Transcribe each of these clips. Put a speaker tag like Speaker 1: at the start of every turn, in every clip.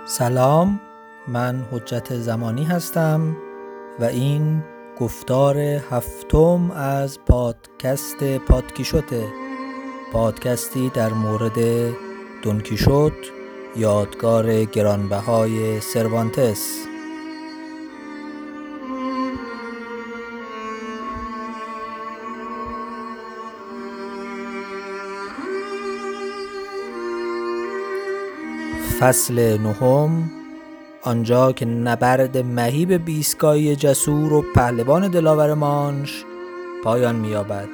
Speaker 1: سلام، من حجت زمانی هستم و این گفتار هفتم از پادکست پادکیشوته، پادکستی در مورد دونکیشوت، یادگار گرانبهای سروانتس. فصل نهم، آنجا که نبرد مهیب بیسکایی جسور و پهلوان دلاور مانش پایان می‌یابد.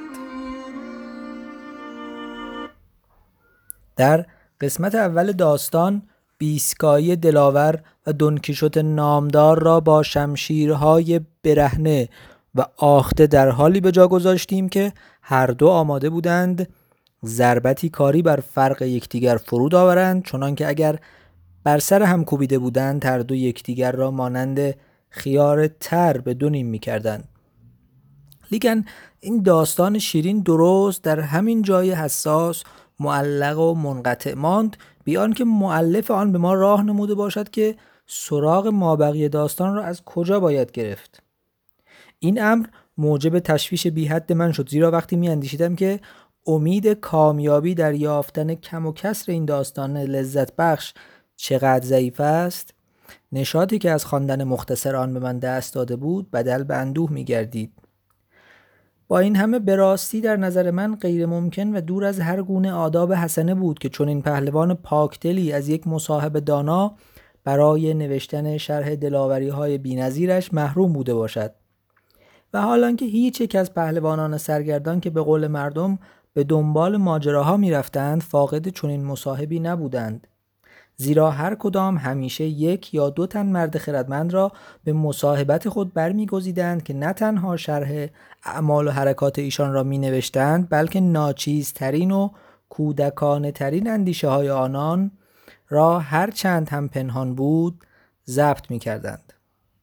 Speaker 1: در قسمت اول داستان بیسکایی دلاور و دونکیشوت نامدار را با شمشیرهای برهنه و آخته در حالی به جا گذاشتیم که هر دو آماده بودند ضربتی کاری بر فرق یکدیگر فرود آورند، چنان که اگر بر سر هم کوبیده بودند هر دو یکدیگر را مانند خیار تر به دو نیم می‌کردند. لیکن این داستان شیرین درست در همین جای حساس معلق و منقطع ماند، بیان که مؤلف آن به ما راه نموده باشد که سراغ مابقی داستان را از کجا باید گرفت. این امر موجب تشویش بی حد من شد، زیرا وقتی می اندیشیدم که امید کامیابی در یافتن کم و کسر این داستان لذت بخش چقدر ضعیف است، نشاطی که از خواندن مختصر آن به من دست داده بود بدل به اندوه می گردید. با این همه به راستی در نظر من غیر ممکن و دور از هر گونه آداب حسنه بود که چون این پهلوان پاکدلی از یک مصاحب دانا برای نوشتن شرح دلاوری‌های بی‌نظیرش محروم بوده باشد. و حالان که هیچ یک از پهلوانان سرگردان که به قول مردم به دنبال ماجراها می رفتند فاقد چنین مصاحبی نبودند، زیرا هر کدام همیشه یک یا دو تن مرد خردمند را به مصاحبت خود برمی‌گزیدند که نه تنها شرح اعمال و حرکات ایشان را می نوشتند، بلکه ناچیزترین و کودکانه ترین اندیشه های آنان را هر چند هم پنهان بود ضبط می کردند.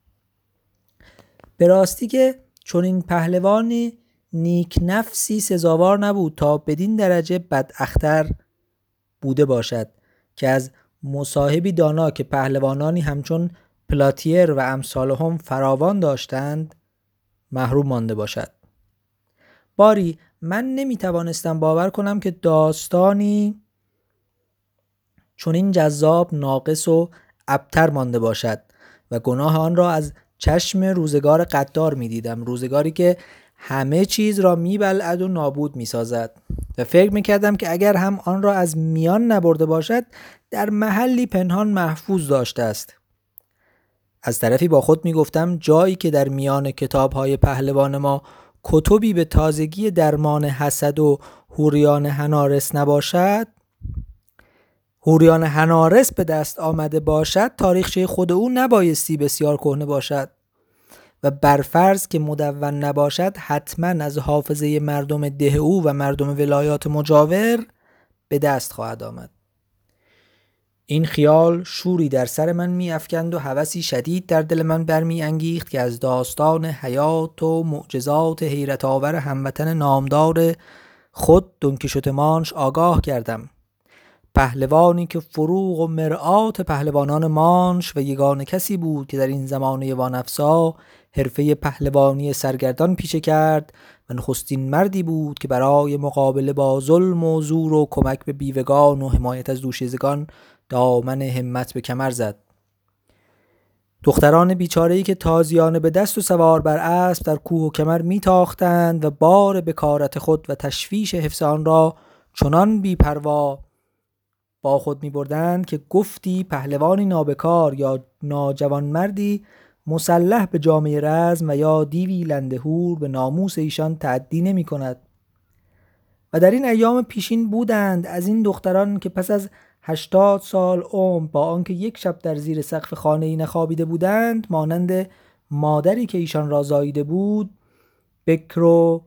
Speaker 1: به راستی که چون این پهلوان نیک نفسی سزاوار نبود تا بدین درجه بداختر بوده باشد که از مصاحبی دانا که پهلوانانی همچون پلاتیر و امثالهم فراوان داشتند محروم مانده باشد. باری من نمیتوانستم باور کنم که داستانی چون این جذاب ناقص و ابتر مانده باشد و گناه آن را از چشم روزگار غدار می‌دیدم، روزگاری که همه چیز را می‌بلعد و نابود می‌سازد، و فکر می‌کردم که اگر هم آن را از میان نبرده باشد در محلی پنهان محفوظ داشته است. از طرفی با خود می‌گفتم جایی که در میان کتاب‌های پهلوان ما کتبی به تازگی درمان حسد و هوریان هنارس نباشد، هوریان هنارس به دست آمده باشد، تاریخچه خود او نبایستی بسیار کهنه باشد و برفرض که مدون نباشد حتما از حافظه مردم ده او و مردم ولایات مجاور به دست خواهد آمد. این خیال شوری در سر من می افکند و هوسی شدید در دل من برمی انگیخت که از داستان حیات و معجزات حیرت آور هموطن نامدار خود دونکیشوت مانش آگاه کردم. پهلوانی که فروغ و مرآت پهلوانان مانش و یگانه کسی بود که در این زمانه وانفسا حرفه پهلوانی سرگردان پیشه کرد و نخستین مردی بود که برای مقابله با ظلم و زور و کمک به بیوگان و حمایت از دوشیزگان دامن همت به کمر زد. دختران بیچاره‌ای که تازیانه به دست و سوار بر اسب در کوه و کمر میتاختند و بار بکارت خود و تشویش حفظ آن را چنان بی‌پروا با خود می بردند که گفتی پهلوانی نابکار یا ناجوان مردی مسلح به جامه رزم و یا دیوی لندهور به ناموس ایشان تعدی نمی کند. و در این ایام پیشین بودند از این دختران که پس از 80 سال عمر با آنکه یک شب در زیر سقف خانه‌ای نخوابیده بودند، مانند مادری که ایشان را زاییده بود بکر و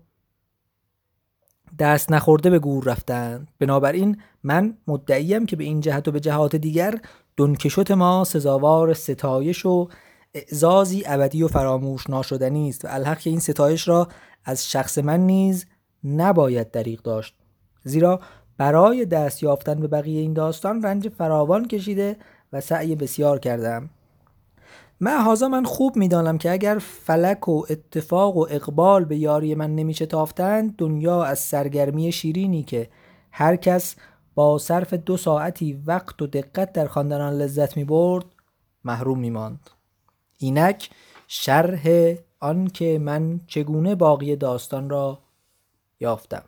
Speaker 1: دست نخورده به گور رفتند. بنابراین من مدعیم که به این جهت و به جهات دیگر دونکیشوت ما سزاوار ستایش و اعزازی ابدی و فراموش ناشدنی است و الحق که این ستایش را از شخص من نیز نباید دریغ داشت، زیرا برای دست یافتن به بقیه این داستان رنج فراوان کشیده و سعی بسیار کردم. معهازا من خوب میدانم که اگر فلک و اتفاق و اقبال به یاری من نمیشتافتند، دنیا از سرگرمی شیرینی که هر کس با صرف 2 ساعتی وقت و دقت در خواندن آن لذت میبرد محروم میماند. اینک شرح آن که من چگونه باقی داستان را یافتم.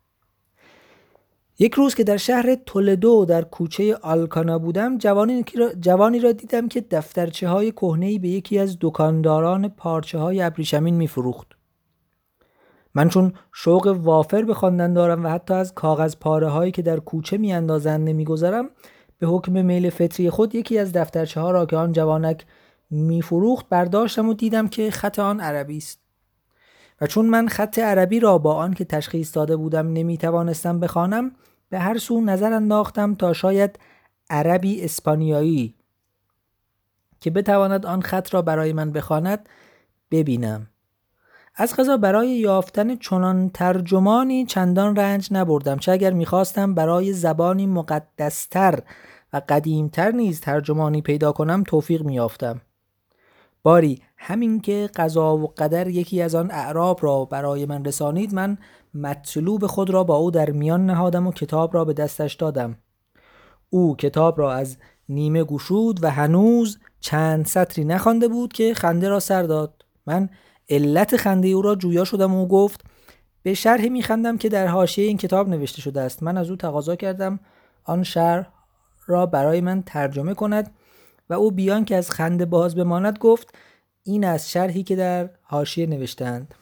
Speaker 1: یک روز که در شهر تولدو در کوچه آلکانا بودم، جوانی را دیدم که دفترچه های کهنه‌ای به یکی از دکانداران پارچه های ابریشمین میفروخت. من چون شوق وافر به خواندن دارم و حتی از کاغذ پاره هایی که در کوچه میاندازند نمیگذرم، به حکم میل فطری خود یکی از دفترچه ها را که آن جوانک میفروخت برداشتم و دیدم که خط آن عربی است. و چون من خط عربی را با آن که تشخیص داده بودم نمیتوانستم بخوانم، به هر سو نظر انداختم تا شاید عربی اسپانیایی که بتواند آن خط را برای من بخواند ببینم. از قضا برای یافتن چنان ترجمانی چندان رنج نبردم، چه اگر میخواستم برای زبانی مقدستر و قدیمتر نیز ترجمانی پیدا کنم توفیق میافتم. باری همین که قضا و قدر یکی از آن اعراب را برای من رسانید، من مطلوب خود را با او در میان نهادم و کتاب را به دستش دادم. او کتاب را از نیمه گشود و هنوز چند سطری نخوانده بود که خنده را سر داد. من علت خنده او را جویا شدم و او گفت به شرحی میخندم که در حاشیه این کتاب نوشته شده است. من از او تقاضا کردم آن شرح را برای من ترجمه کند و او بیان که از خنده باز بماند گفت این از شرحی که در حاشیه نوشتند.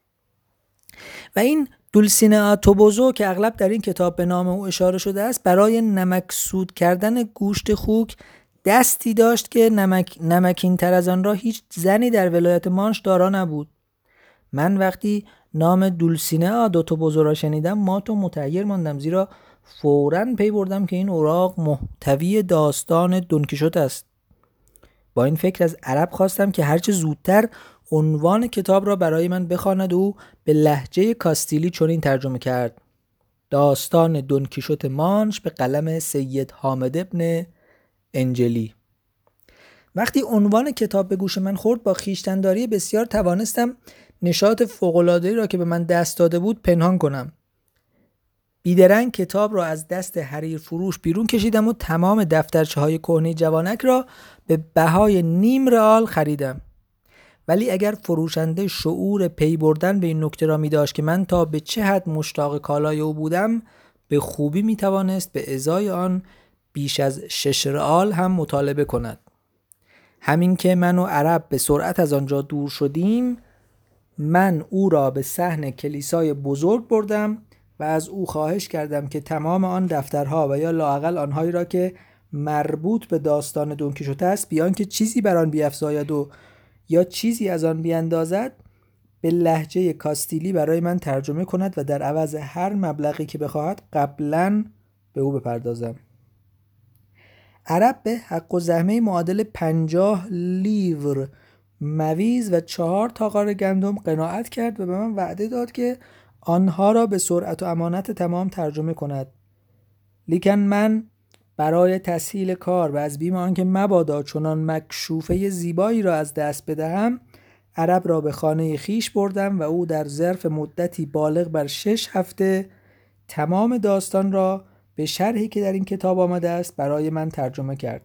Speaker 1: و این دولسینه توبوزو که اغلب در این کتاب به نام او اشاره شده است، برای نمکسود کردن گوشت خوک دستی داشت که نمکین تر از آن را هیچ زنی در ولایت مانش دارا نبود. من وقتی نام دولسینه توبوزو را شنیدم مات و متحیر ماندم، زیرا فوراً پی بردم که این اوراق محتوی داستان دونکیشوت است. با این فکر از عرب خواستم که هرچه زودتر عنوان کتاب را برای من بخواند و به لهجه کاستیلی چنین ترجمه کرد: داستان دونکیشوت مانش به قلم سید حامد ابن انجلی. وقتی عنوان کتاب به گوش من خورد، با خویشتن‌داری بسیار توانستم نشاط فوق‌العاده‌ای را که به من دست داده بود پنهان کنم. بیدرنگ کتاب را از دست حریر فروش بیرون کشیدم و تمام دفترچه‌های کهنه جوانک را به بهای $0.5 خریدم. ولی اگر فروشنده شعور پی بردن به این نکته را می داشت که من تا به چه حد مشتاق کالای او بودم، به خوبی می توانست به ازای آن بیش از $6 هم مطالبه کند. همین که من و عرب به سرعت از آنجا دور شدیم، من او را به صحن کلیسای بزرگ بردم و از او خواهش کردم که تمام آن دفترها و یا لااقل آنهایی را که مربوط به داستان دونکیشوت است، بیان که چیزی بر آن بیفزاید و یا چیزی از آن بیاندازد، به لهجه کاستیلی برای من ترجمه کند و در عوض هر مبلغی که بخواهد قبلاً به او بپردازم. عرب به حق و زحمه معادل 50 لیور مویز و 4 تاقار گندم قناعت کرد و به من وعده داد که آنها را به سرعت و امانت تمام ترجمه کند. لیکن من برای تسهیل کار و از بیم آنکه مبادا چنان مکشوفه زیبایی را از دست بدهم، عرب را به خانه خیش بردم و او در ظرف مدتی بالغ بر 6 هفته تمام داستان را به شرحی که در این کتاب آمده است برای من ترجمه کرد.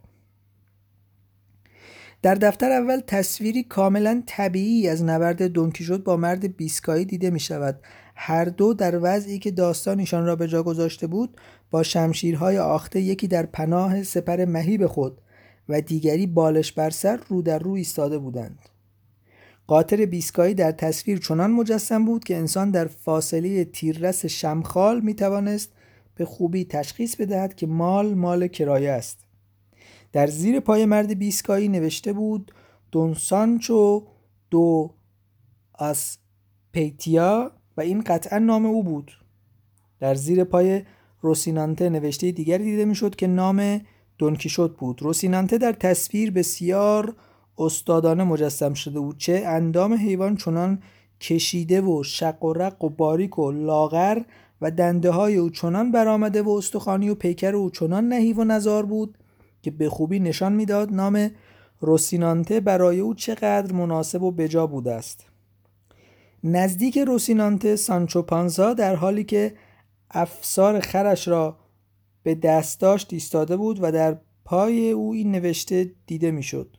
Speaker 1: در دفتر اول تصویری کاملا طبیعی از نبرد دونکیشوت با مرد بیسکایی دیده می شود. هر دو در وضعی که داستان ایشان را به جا گذاشته بود با شمشیرهای آخته، یکی در پناه سپر مهیب خود و دیگری بالش بر سر رو در رو ایستاده بودند. قاطر بیسکایی در تصویر چنان مجسم بود که انسان در فاصله تیررس شمخال می توانست به خوبی تشخیص بدهد که مال کرایه است. در زیر پای مرد بیسکایی نوشته بود دون سانچو دو اسپیتیا و این قطعا نام او بود. در زیر پای روسینانته نوشته دیگری دیده میشد که نام دونکیشوت بود. روسینانته در تصویر بسیار استادانه مجسم شده بود، چه اندام حیوان چنان کشیده و شق و رق و باریک و لاغر و دنده های او چنان برآمده و استخوانی و پیکر او چنان نحیف و نزار بود که به خوبی نشان میداد نام روسینانته برای او چقدر مناسب و بجا بوده است. نزدیک روسینانته سانچو پانزا در حالی که افسار خرش را به دست داشت ایستاده بود و در پای او این نوشته دیده میشد: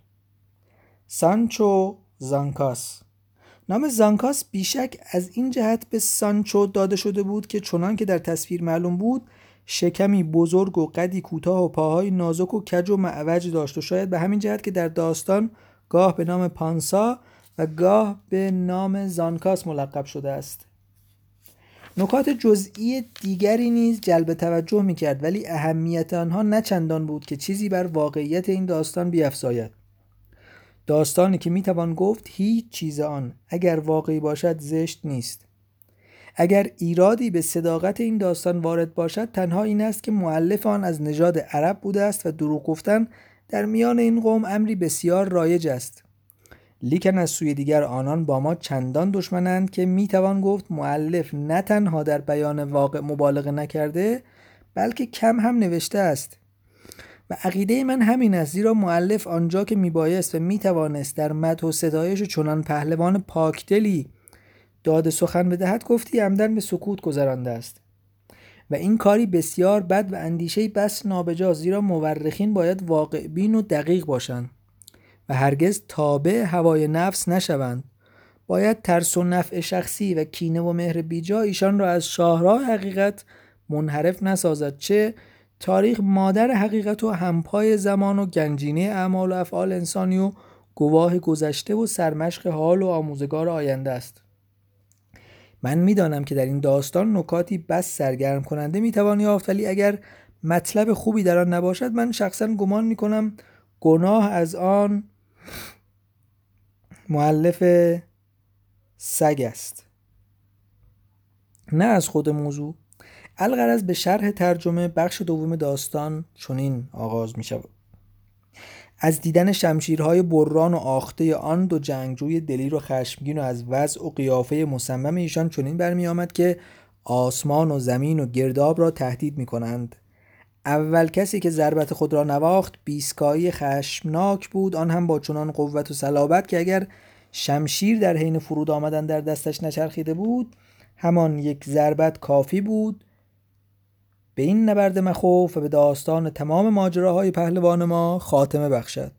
Speaker 1: سانچو زانکاس. نام زانکاس بیشک از این جهت به سانچو داده شده بود که چنان که در تصویر معلوم بود شکمی بزرگ و قدی کوتاه و پاهای نازک و کج و معوج داشت و شاید به همین جهت که در داستان گاه به نام پانسا و گاه به نام زانکاس ملقب شده است. نکات جزئی دیگری نیز جلب توجه می‌کرد، ولی اهمیت آنها نه چندان بود که چیزی بر واقعیت این داستان بیفزاید. داستانی که میتوان گفت هیچ چیز آن اگر واقعی باشد زشت نیست. اگر ایرادی به صداقت این داستان وارد باشد تنها این است که مؤلف آن از نژاد عرب بوده است و دروغ گفتن در میان این قوم امری بسیار رایج است. لیکن از سوی دیگر آنان با ما چندان دشمنند که میتوان گفت مؤلف نه تنها در بیان واقع مبالغه نکرده بلکه کم هم نوشته است. و عقیده من همین است، زیرا مؤلف آنجا که میبایست و میتوانست در مدح و ستایش چنان پهلوان پاکدلی داد سخن بدهد گفتی عمدن به سکوت گذرانده است و این کاری بسیار بد و اندیشه‌ای بس نابجا، زیرا مورخین باید واقع بین و دقیق باشند و هرگز تابع هوای نفس نشوند. باید ترس و نفع شخصی و کینه و مهر بیجا ایشان را از شاهراه حقیقت منحرف نسازد، چه تاریخ مادر حقیقت و همپای زمان و گنجینه اعمال و افعال انسانی و گواه گذشته و سرمشق حال و آموزگار آینده است. من میدانم که در این داستان نکاتی بس سرگرم کننده میتوان یافت، ولی اگر مطلب خوبی در آن نباشد من شخصا گمان میکنم گناه از آن مؤلف سگ است، نه از خود موضوع. الغرض به شرح ترجمه بخش دوم داستان چنین آغاز می شود: از دیدن شمشیرهای بران و آخته آن دو جنگجوی دلیر و خشمگین و از وضع و قیافه مصمم ایشان چنین برمی آمد که آسمان و زمین و گرداب را تهدید می کنند. اول کسی که ضربت خود را نواخت بیسکایی خشمناک بود، آن هم با چنان قوت و صلابت که اگر شمشیر در حین فرود آمدن در دستش نچرخیده بود همان یک ضربت کافی بود به این نبرد مخوف و به داستان تمام ماجراهای پهلوان ما خاتمه بخشد.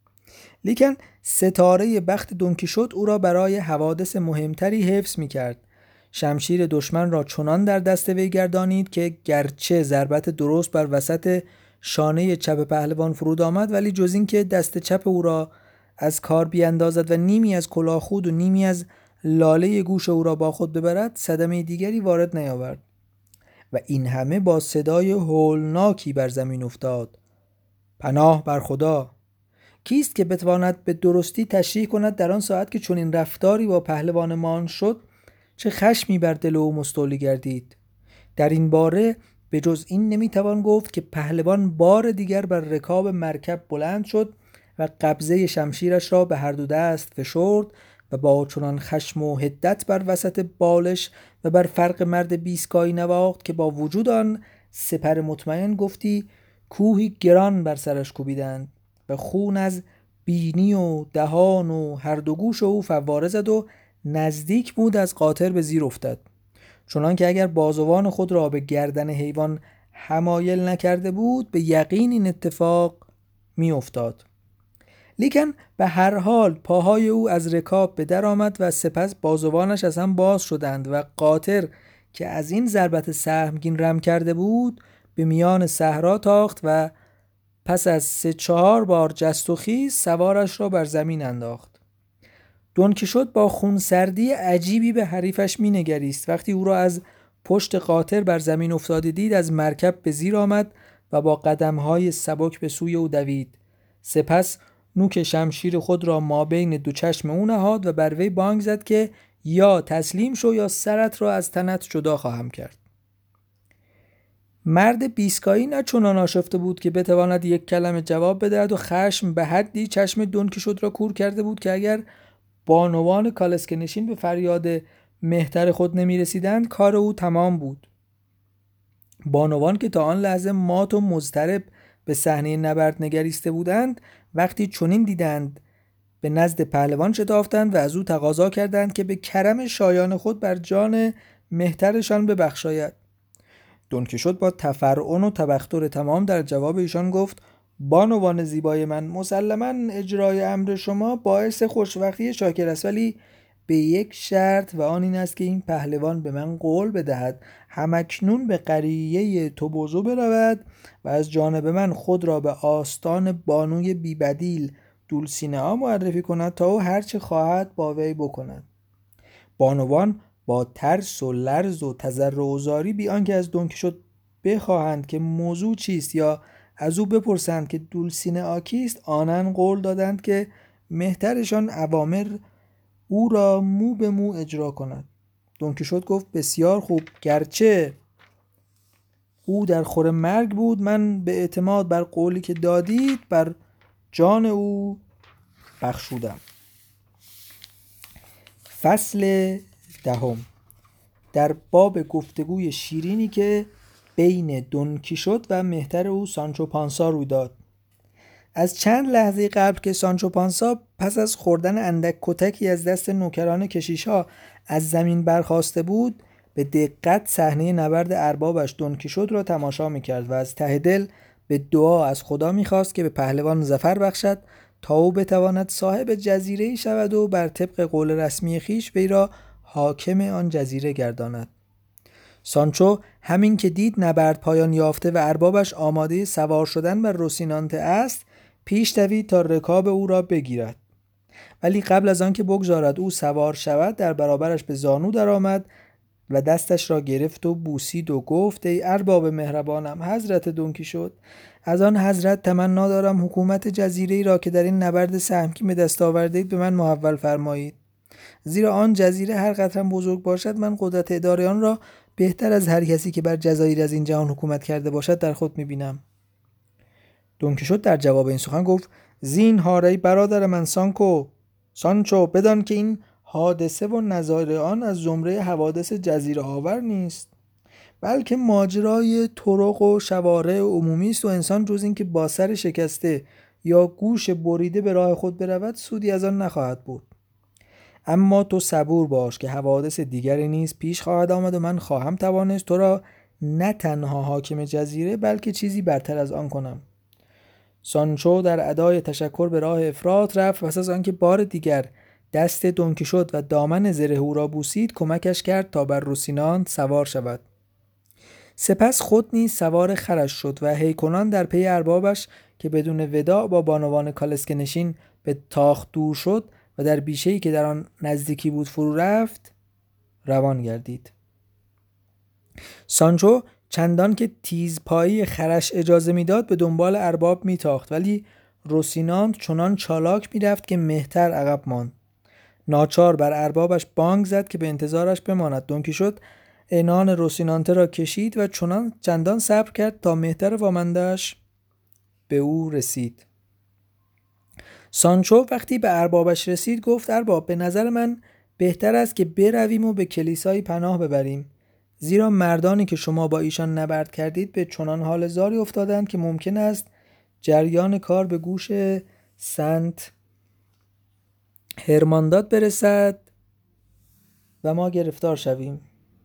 Speaker 1: لیکن ستاره بخت دونکیشوت او را برای حوادث مهمتری حفظ می کرد. شمشیر دشمن را چنان در دست وی گردانید که گرچه ضربت درست بر وسط شانه چپ پهلوان فرود آمد، ولی جز این که دست چپ او را از کار بیاندازد و نیمی از کلاه خود و نیمی از لاله گوش او را با خود ببرد صدمه دیگری وارد نیاورد و این همه با صدای هولناکی بر زمین افتاد: پناه بر خدا! کیست که بتواند به درستی تشریح کند در آن ساعت که چنین رفتاری با پهلوانمان شد چه خشمی بر دل او مستولی گردید؟ در این باره به جز این نمیتوان گفت که پهلوان بار دیگر بر رکاب مرکب بلند شد و قبضه شمشیرش را به هر دو دست فشرد و با چنان خشم و حدت بر وسط بالش و بر فرق مرد بیسکایی نواخت که با وجود آن سپر مطمئن گفتی کوهی گران بر سرش کوبیدند و خون از بینی و دهان و هر دو گوش او فواره زد و نزدیک بود از قاطر به زیر افتد، چنان که اگر بازوان خود را به گردن حیوان حمایل نکرده بود به یقین این اتفاق می افتاد. لیکن به هر حال پاهای او از رکاب به در آمد و سپس بازوانش از هم باز شدند و قاطر که از این ضربت سهمگین رم کرده بود به میان صحرا تاخت و پس از 3-4 بار جست و خیز سوارش را بر زمین انداخت. دونکیشوت با خونسردی عجیبی به حریفش می نگریست. وقتی او را از پشت قاطر بر زمین افتاده دید از مرکب به زیر آمد و با قدمهای سبک به سوی او دوید. سپس نوک شمشیر خود را مابین دو چشم او نهاد و بر وی بانگ زد که یا تسلیم شو یا سرت را از تنت جدا خواهم کرد. مرد بیسکایی نه چنان آشفته بود که بتواند یک کلمه جواب بدهد و خشم به حدی چشم دونکیشوت را کور کرده بود که اگر بانوان کالسکه نشین به فریاد مهتر خود نمی رسیدند کار او تمام بود. بانوان که تا آن لحظه مات و مضطرب به به صحنه نبرد نگریسته بودند، وقتی چنین دیدند به نزد پهلوان شتافتند و از او تقاضا کردند که به کرم شایان خود بر جان مهترشان ببخشاید. دون کیشوت با تفرعن و تبختر تمام در جواب ایشان گفت: بانوان زیبای من، مسلماً اجرای امر شما باعث خوشوقتی شاکر است، ولی به یک شرط و آن این است که این پهلوان به من قول بدهد همکنون به قریه توبوزو برود و از جانب من خود را به آستان بانوی بیبدیل دولسینه‌آ معرفی کند تا او هرچه خواهد با وی بکند. بانوان با ترس و لرز و تضرع و زاری بی آنکه از دون کیشوت بخواهند که موضوع چیست یا از او بپرسند که دولسینه‌آ کیست، آنان قول دادند که مهترشان اوامر او را مو به مو اجرا کند. دون کیشوت گفت: بسیار خوب، گرچه او در خور مرگ بود، من به اعتماد بر قولی که دادید بر جان او بخشودم. فصل 10 در باب گفتگوی شیرینی که بین دون کیشوت و مهتر او سانچو پانسا روی داد. از چند لحظه قبل که سانچو پانسا پس از خوردن اندک کتکی از دست نوکران کشیش‌ها از زمین برخاسته بود، به دقت صحنه نبرد اربابش دون کیشوت را تماشا می‌کرد و از ته دل به دعا از خدا می‌خواست که به پهلوان ظفر بخشد تا او بتواند صاحب جزیره‌ای شود و بر طبق قول رسمی خیش وی را حاکم آن جزیره گرداند. سانچو همین که دید نبرد پایان یافته و اربابش آماده سوار شدن بر روسینانته است، پیش دوید تا رکاب او را بگیرد. ولی قبل از آن که بگذارد او سوار شود، در برابرش به زانو درآمد و دستش را گرفت و بوسید و گفت: ای ارباب مهربانم، حضرت دون کیشوت، از آن حضرت تمنا دارم حکومت جزیره‌ای را که در این نبرد سهمگین به دست آوردید به من محول فرمایید، زیرا آن جزیره هر قدر بزرگ باشد من قدرت اداره آن را بهتر از هر کسی که بر جزایر از این جهان حکومت کرده باشد در خود می‌بینم. دون کیشوت در جواب این سخن گفت: زینهار ای برادر من سانچو، بدان که این حادثه و نظایر آن از زمره حوادث جزیره آور نیست، بلکه ماجرای طرق و شوارع عمومی است و انسان جز این که با سر شکسته یا گوش بریده به راه خود برود سودی از آن نخواهد بود. اما تو صبور باش که حوادث دیگری نیز پیش خواهد آمد و من خواهم توانست تو را نه تنها حاکم جزیره بلکه چیزی برتر از آن کنم. سانچو در ادای تشکر به راه افراط رفت و پس از آنکه بار دیگر دست دون کیشوت و دامن زره او را بوسید، کمکش کرد تا بر روسینانت سوار شود. سپس خود نیز سوار خرش شد و هیکنان در پی اربابش که بدون وداع با بانوان کالسکه نشین به تاخت دور شد و در بیشه‌ای که در آن نزدیکی بود فرو رفت روان گردید. سانچو چندان که تیزپایی خرش اجازه میداد به دنبال ارباب میتاخت، ولی روسینانت چنان چالاک میرفت که مهتر عقب ماند. ناچار بر اربابش بانگ زد که به انتظارش بماند. دون کیشوت عنان روسینانته را کشید و چندان صبر کرد تا مهتر وامنده‌اش به او رسید. سانچو وقتی به اربابش رسید گفت: ارباب، به نظر من بهتر است که برویم و به کلیسایی پناه ببریم، زیرا مردانی که شما با ایشان نبرد کردید به چنان حال زاری افتادند که ممکن است جریان کار به گوش سنت هرمانداد برسد و ما گرفتار شویم.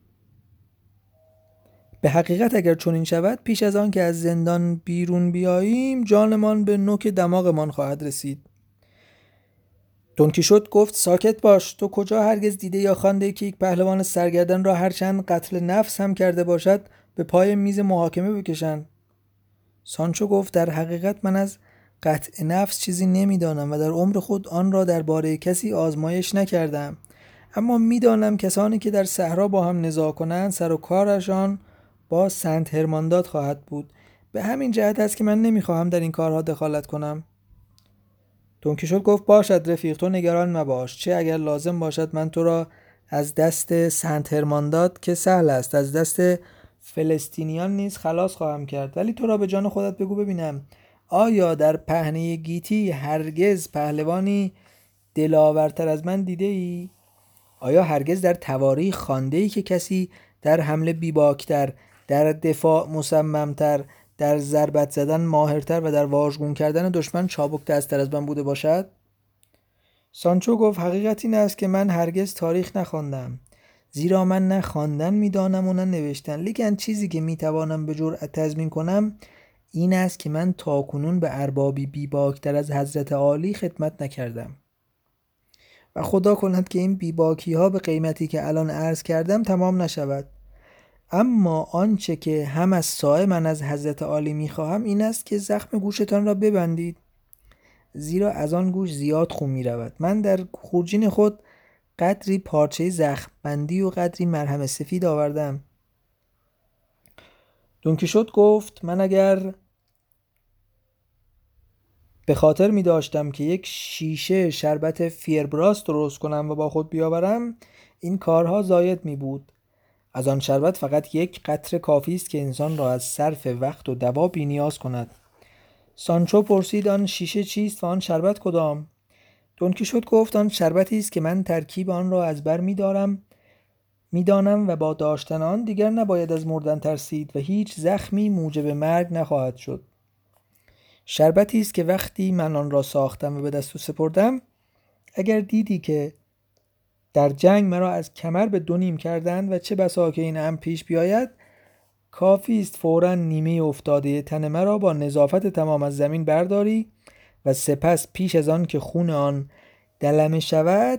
Speaker 1: به حقیقت اگر چنین شود، پیش از آن که از زندان بیرون بیاییم جانمان به نوک دماغمان خواهد رسید. دون کیشوت گفت: ساکت باش، تو کجا هرگز دیده یا خوانده که یک پهلوان سرگردان را هرچند قتل نفس هم کرده باشد به پای میز محاکمه بکشند؟ سانچو گفت: در حقیقت من از قتل نفس چیزی نمیدانم و در عمر خود آن را درباره کسی آزمایش نکردم، اما میدانم کسانی که در صحرا با هم نزاع کنند سر و کارشان با سنت هرمانداد خواهد بود. به همین جهت است که من نمیخواهم در این کارها دخالت کنم. دون کیشوت گفت: باشد رفیق، تو نگران مباش، چه اگر لازم باشد من تو را از دست سنت هرمانداد که سهل است، از دست فلسطینیان نیز خلاص خواهم کرد. ولی تو را به جان خودت بگو ببینم، آیا در پهنه گیتی هرگز پهلوانی دلاورتر از من دیده ای؟ آیا هرگز در تواریخ خوانده ای که کسی در حمله بیباکتر، در دفاع مصممتر، در ضربت زدن ماهرتر و در واژگون کردن دشمن چابک دست‌تر از من بوده باشد؟ سانچو گفت حقیقت این است که من هرگز تاریخ نخواندم، زیرا من نه خواندن می‌دانم و نه نوشتن. لیکن چیزی که می‌توانم به جرأت تضمین کنم این است که من تاکنون به اربابی بیباکتر از حضرت عالی خدمت نکردم و خدا کند که این بیباکی ها به قیمتی که الان عرض کردم تمام نشود. اما آنچه که هم از سایه من از حضرت عالی میخواهم این است که زخم گوشتان را ببندید، زیرا از آن گوش زیاد خون میرود. من در خورجین خود قدری پارچه زخم بندی و قدری مرهم سفید آوردم. دونکیشوت گفت من اگر به خاطر می داشتم که یک شیشه شربت فیربراس درست کنم و با خود بیاورم، این کارها زاید می بود. از آن شربت فقط یک قطره کافی است که انسان را از صرف وقت و دوا بی نیاز کند. سانچو پرسید آن شیشه چیست و آن شربت کدام؟ دونکیشوت گفت آن شربتی است که من ترکیب آن را از بر میدانم و با داشتن آن دیگر نباید از مردن ترسید و هیچ زخمی موجب مرگ نخواهد شد. شربتی است که وقتی من آن را ساختم و به دست سپردم، اگر دیدی که در جنگ مرا از کمر به دو نیم کردند و چه بسا که این امر پیش بیاید، کافی است فوراً نیمه افتاده تن مرا با نظافت تمام از زمین برداری و سپس پیش از آن که خون آن دلمه شود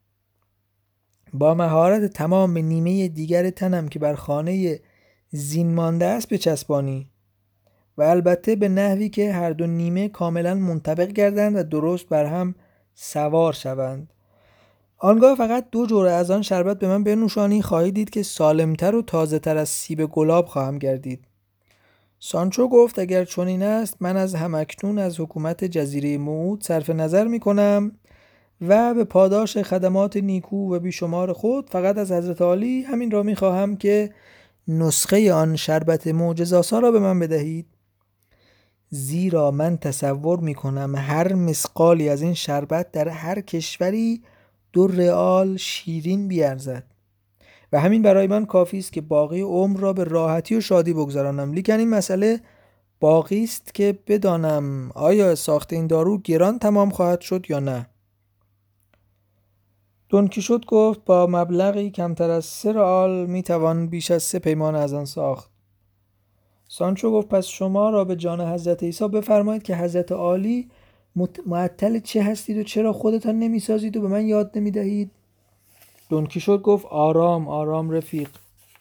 Speaker 1: با مهارت تمام به نیمه دیگر تنم که بر خانه زین مانده است بچسبانی و البته به نحوی که هر دو نیمه کاملا منطبق گردند و درست بر هم سوار شوند. آنگاه فقط 2 جرعه از آن شربت به من بنوشانی، خواهید دید که سالمتر و تازه تر از سیب گلاب خواهم گردید. سانچو گفت اگر چنین است من از همکنون از حکومت جزیره موعود صرف نظر می کنم و به پاداش خدمات نیکو و بیشمار خود فقط از حضرت عالی همین را می خواهم که نسخه آن شربت معجزه‌آسا را به من بدهید، زیرا من تصور می کنم هر مثقالی از این شربت در هر کشوری 2 ریال شیرین بیارزد و همین برای من کافی است که باقی عمر را به راحتی و شادی بگذرانم. لیکن این مسئله باقی است که بدانم آیا ساخت این دارو گران تمام خواهد شد یا نه. دونکیشوت گفت با مبلغی کمتر از 3 ریال می توان بیش از 3 پیمانه از آن ساخت. سانچو گفت پس شما را به جان حضرت عیسی بفرمایید که حضرت عالی معطل چه هستید و چرا خودتان نمی سازید و به من یاد نمی دهید؟ دونکیشوت گفت آرام آرام رفیق،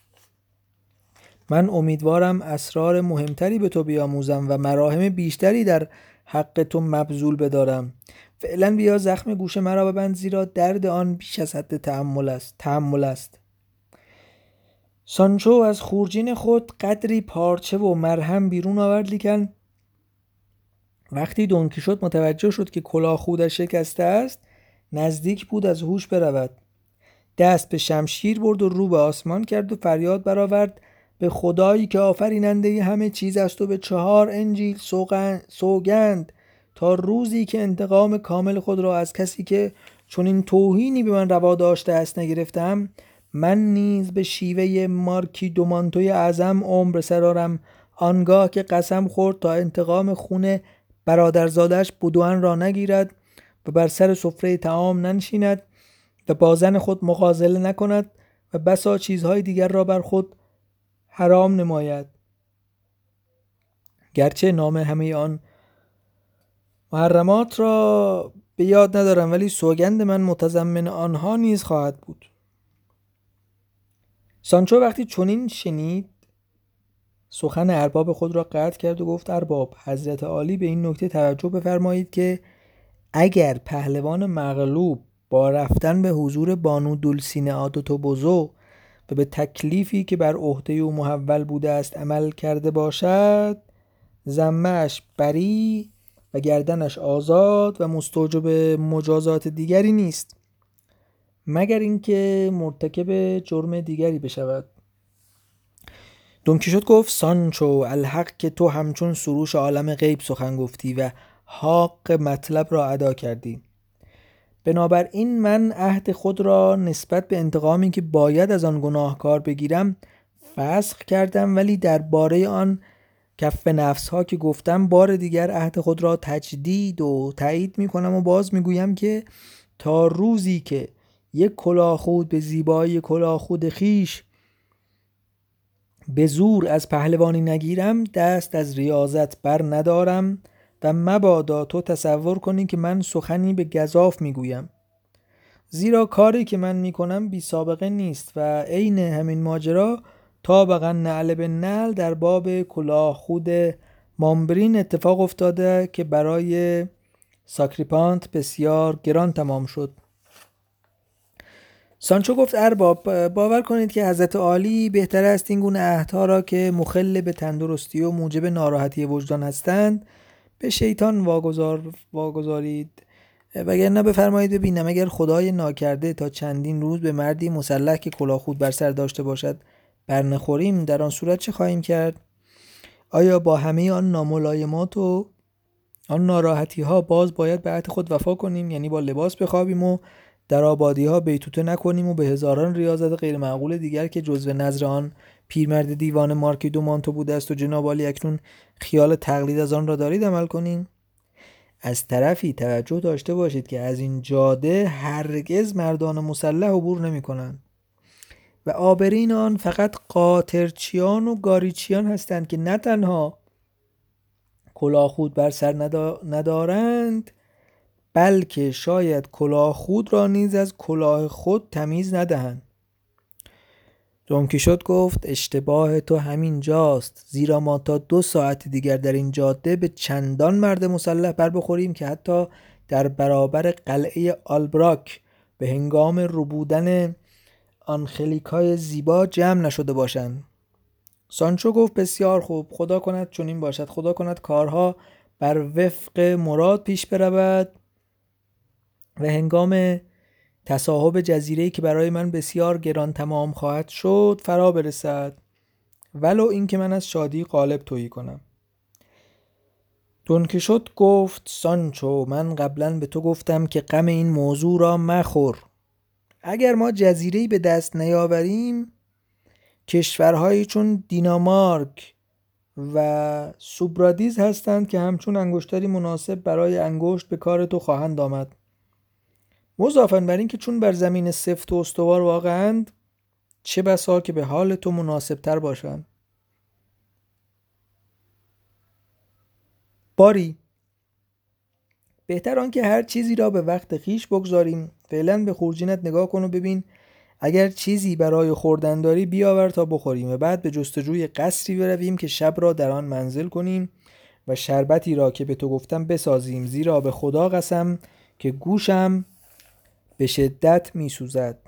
Speaker 1: من امیدوارم اسرار مهمتری به تو بیاموزم و مراهم بیشتری در حق تو مبذول بدارم. فعلا بیا زخم گوش مرا ببند، زیرا درد آن بیش از حد تحمل است. سانچو از خورجین خود قدری پارچه و مرهم بیرون آورد، لیکن وقتی دونکیشوت متوجه شد که کلاه خودش شکسته است نزدیک بود از هوش برود. دست به شمشیر برد و رو به آسمان کرد و فریاد برآورد به خدایی که آفریننده همه چیز است و به 4 انجیل سوگند تا روزی که انتقام کامل خود را از کسی که چنین توهینی به من روا داشته است نگرفتم، من نیز به شیوه مارکی دومانتوی اعظم عمر سرارم، آنگاه که قسم خورد تا انتقام خون برادرزادش بدوان را نگیرد و بر سر سفره طعام ننشیند و با زن خود مغازله نکند و بسا چیزهای دیگر را بر خود حرام نماید. گرچه نام همه آن محرمات را به یاد ندارم، ولی سوگند من متضمن آنها نیز خواهد بود. سانچو وقتی چنین شنید سخن ارباب خود را قطع کرد و گفت ارباب، حضرت عالی به این نکته توجه بفرمایید که اگر پهلوان مغلوب با رفتن به حضور بانو دولسینه توبوزو و به تکلیفی که بر عهده او محول بوده است عمل کرده باشد، ذمه‌اش بری و گردنش آزاد و مستوجب مجازات دیگری نیست، مگر اینکه مرتکب جرم دیگری بشود. دونکیشوت گفت سانچو الحق که تو همچون سروش عالم غیب سخن گفتی و حق مطلب را ادا کردی. بنابراین من عهد خود را نسبت به انتقامی که باید از آن گناهکار بگیرم فسخ کردم، ولی درباره آن کف نفس ها که گفتم بار دیگر عهد خود را تجدید و تایید میکنم و باز میگویم که تا روزی که یک کلاهخود به زیبایی کلاهخود خیش به زور از پهلوانی نگیرم دست از ریاضت بر ندارم و مبادا تو تصور کنی که من سخنی به گزاف میگویم، زیرا کاری که من میکنم بی سابقه نیست و عین همین ماجرا طابقاً نعل به نعل در باب کلاهخود مامبرین اتفاق افتاده که برای ساکریپانت بسیار گران تمام شد. سانچو گفت ارباب، باور کنید که حضرت عالی بهتر است این گونه عهدها را که مخل به تندرستی و موجب ناراحتی وجدان هستند به شیطان واگذارید، وگرنه بفرمایید ببینم اگر خدای ناکرده تا چندین روز به مردی مسلح که کلاهخود بر سر داشته باشد برنخوریم، در آن صورت چه خواهیم کرد؟ آیا با همه آن ناملایمات و آن ناراحتی ها باز باید به عهد خود وفا کنیم؟ یعنی با لباس بخوابیم و در آبادی ها بیتوته نکنیم و به هزاران ریاضت غیر معقول دیگر که جزو نظر آن پیرمرد دیوان مارکی دو مانتو بوده است و جناب عالی اکنون خیال تقلید از آن را دارید عمل کنیم؟ از طرفی توجه داشته باشید که از این جاده هرگز مردان مسلح عبور نمی کنند و عابرین آن فقط قاطرچیان و گاریچیان هستند که نه تنها کلاهخود بر سر ندارند بلکه شاید کلاهخود را نیز از کلاه خود تمیز ندهند. دون کیشوت گفت اشتباه تو همین جاست، زیرا ما تا 2 ساعت دیگر در این جاده به چندان مرد مسلح بر بخوریم که حتی در برابر قلعه آلبراک به هنگام ربودن آنخلیکای زیبا جمع نشده باشند. سانچو گفت بسیار خوب، خدا کند چنین باشد، خدا کند کارها بر وفق مراد پیش برود و هنگام تصاحب جزیره‌ای که برای من بسیار گران تمام خواهد شد فرا برسد، ولو این که من از شادی غالب تویی کنم. دون کیشوت گفت سانچو، من قبلا به تو گفتم که غم این موضوع را مخور. اگر ما جزیره‌ای به دست نیاوریم، کشورهایی چون دینمارک و سوبرادیز هستند که همچون انگشتری مناسب برای انگشت به کار تو خواهند آمد، مضافاً بر این که چون بر زمین سفت و استوار واقعند، چه بسا که به حال تو مناسب تر باشند. باری بهتر آن که هر چیزی را به وقت خیش بگذاریم. فعلا به خورجینت نگاه کن و ببین اگر چیزی برای خوردن داری بیاور تا بخوریم و بعد به جستجوی قصری برویم که شب را در آن منزل کنیم و شربتی را که به تو گفتم بسازیم، زیرا به خدا قسم که گوشم به شدت می سوزد.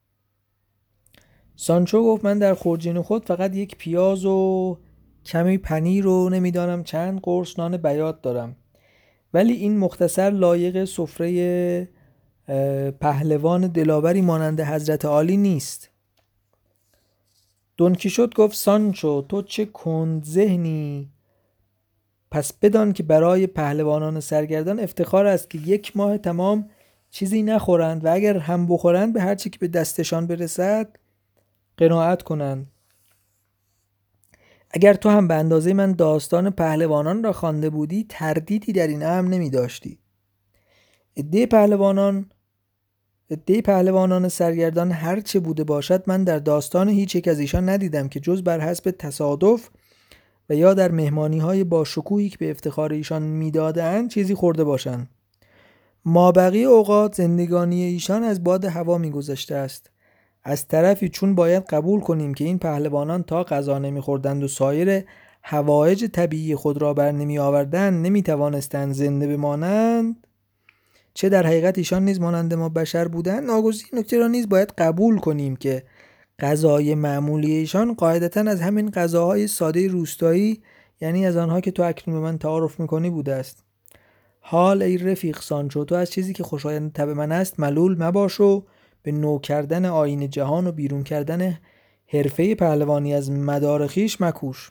Speaker 1: سانچو گفت من در خورجین خود فقط 1 پیاز و کمی پنیر و نمیدانم چند قرص نان بیات دارم، ولی این مختصر لایق سفره پهلوان دلاوری مانند حضرت عالی نیست. دون کیشوت گفت سانچو تو چه کند ذهنی، پس بدان که برای پهلوانان سرگردان افتخار است که 1 ماه تمام چیزی نخورند و اگر هم بخورند به هر چی که به دستشان برسد قناعت کنند. اگر تو هم به اندازه من داستان پهلوانان را خوانده بودی تردیدی در این امر نمی داشتی. عده پهلوانان سرگردان هر چه بوده باشد من در داستان هیچ یک از ایشان ندیدم که جز بر حسب تصادف و یا در مهمانی های با شکوهی که به افتخار ایشان میدادند چیزی خورده باشند. مابقی اوقات زندگانی ایشان از باد هوا میگذشته است. از طرفی چون باید قبول کنیم که این پهلوانان تا غذا نمیخوردند و سایر حوایج طبیعی خود را بر نمی آوردند نمیتوانستند زنده بمانند، چه در حقیقت ایشان نیز مانند ما بشر بودند، ناگزیر نکته را نیز باید قبول کنیم که غذای معمولی ایشان قاعدتاً از همین غذاهای ساده روستایی، یعنی از آنها که تو اکنون به من تعارف میکنی بوده است. حال ای رفیق سانچو، تو از چیزی که خوشایند طبع من است ملول مباش و به نو کردن آیین جهان و بیرون کردن حرفه پهلوانی از مدار خویش مکوش.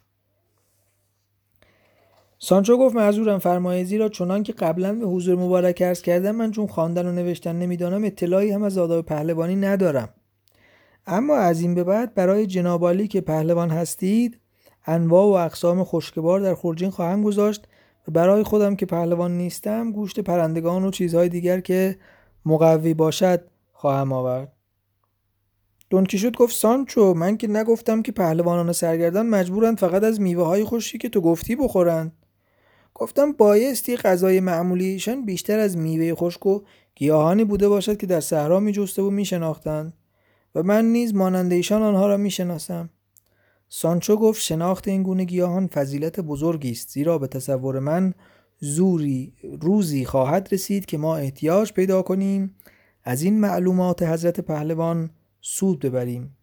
Speaker 1: سانچو گفت معذورم فرمایید، زیرا چنان که قبلا به حضور مبارک عرض کردم من چون خواندن و نوشتن نمیدانم اطلاعی هم از آداب پهلوانی ندارم، اما از این به بعد برای جناب عالی که پهلوان هستید انواع و اقسام خشکبار در خورجین خواهم گذاشت و برای خودم که پهلوان نیستم گوشت پرندگان و چیزهای دیگر که مقوی باشد خواهم آورد. دون کیشوت گفت سانچو، من که نگفتم که پهلوانان سرگردان مجبورند فقط از میوه های خشکی که تو گفتی بخورند. گفتم بایستی غذای معمولی ایشان بیشتر از میوه خشک و گیاهانی بوده باشد که در صحرا می‌جسته و می‌شناختند و من نیز مانند ایشان آنها را می‌شناسم. سانچو گفت شناخت این گونه گیاهان فضیلت بزرگی است، زیرا به تصور من روزی خواهد رسید که ما احتیاج پیدا کنیم از این معلومات حضرت پهلوان سود ببریم.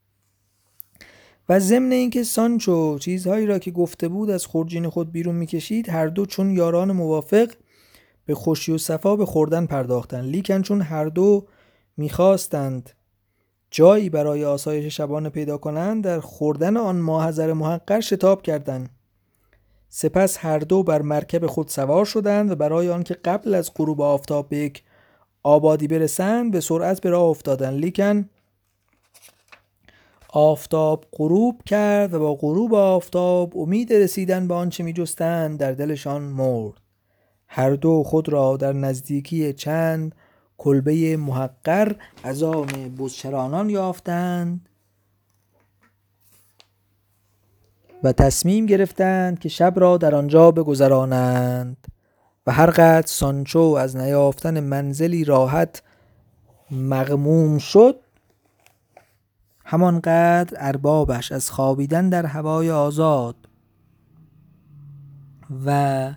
Speaker 1: و ضمن اینکه سانچو چیزهایی را که گفته بود از خورجین خود بیرون میکشید، هر دو چون یاران موافق به خوشی و صفا به خوردن پرداختند. لیکن چون هر دو میخواستند جایی برای آسایش شبانه پیدا کنند، در خوردن آن ماحضر محقر شتاب کردند. سپس هر دو بر مرکب خود سوار شدند و برای آنکه قبل از غروب آفتاب به یک آبادی برسند به سرعت به راه افتادند. لیکن آفتاب غروب کرد و با غروب آفتاب امید رسیدن به آنچه می‌جستند در دلشان مرد. هر دو خود را در نزدیکی چند کلبه محقر از آن بزچرانان یافتند و تصمیم گرفتند که شب را در آنجا بگذرانند و هر قدر سانچو از نیافتن منزلی راحت مغموم شد، همانقدر اربابش از خوابیدن در هوای آزاد و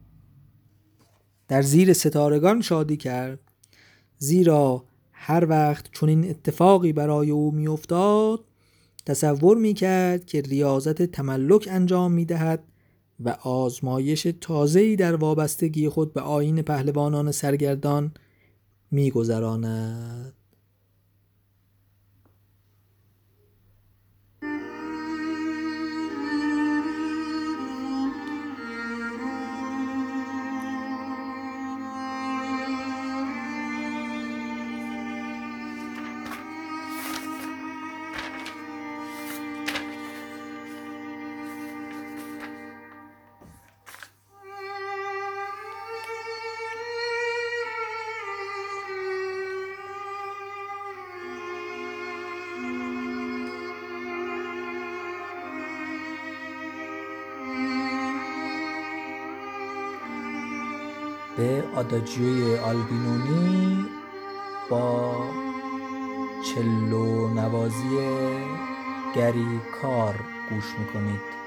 Speaker 1: در زیر ستارگان شادی کرد، زیرا هر وقت چون این اتفاقی برای او می افتاد تصور می کرد که ریاضت تملک انجام می دهد و آزمایش تازه‌ای در وابستگی خود به آیین پهلوانان سرگردان می گذراند. به آداجیوی آلبینونی با چلو نوازی گری کار گوش میکنید.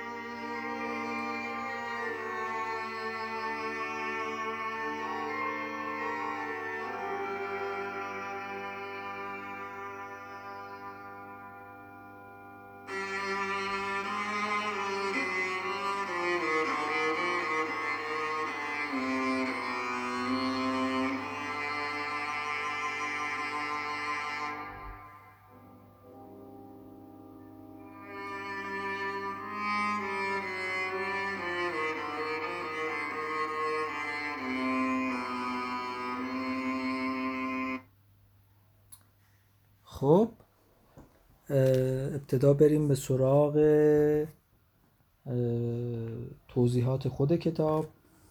Speaker 1: خب ابتدا بریم به سراغ توضیحات خود کتاب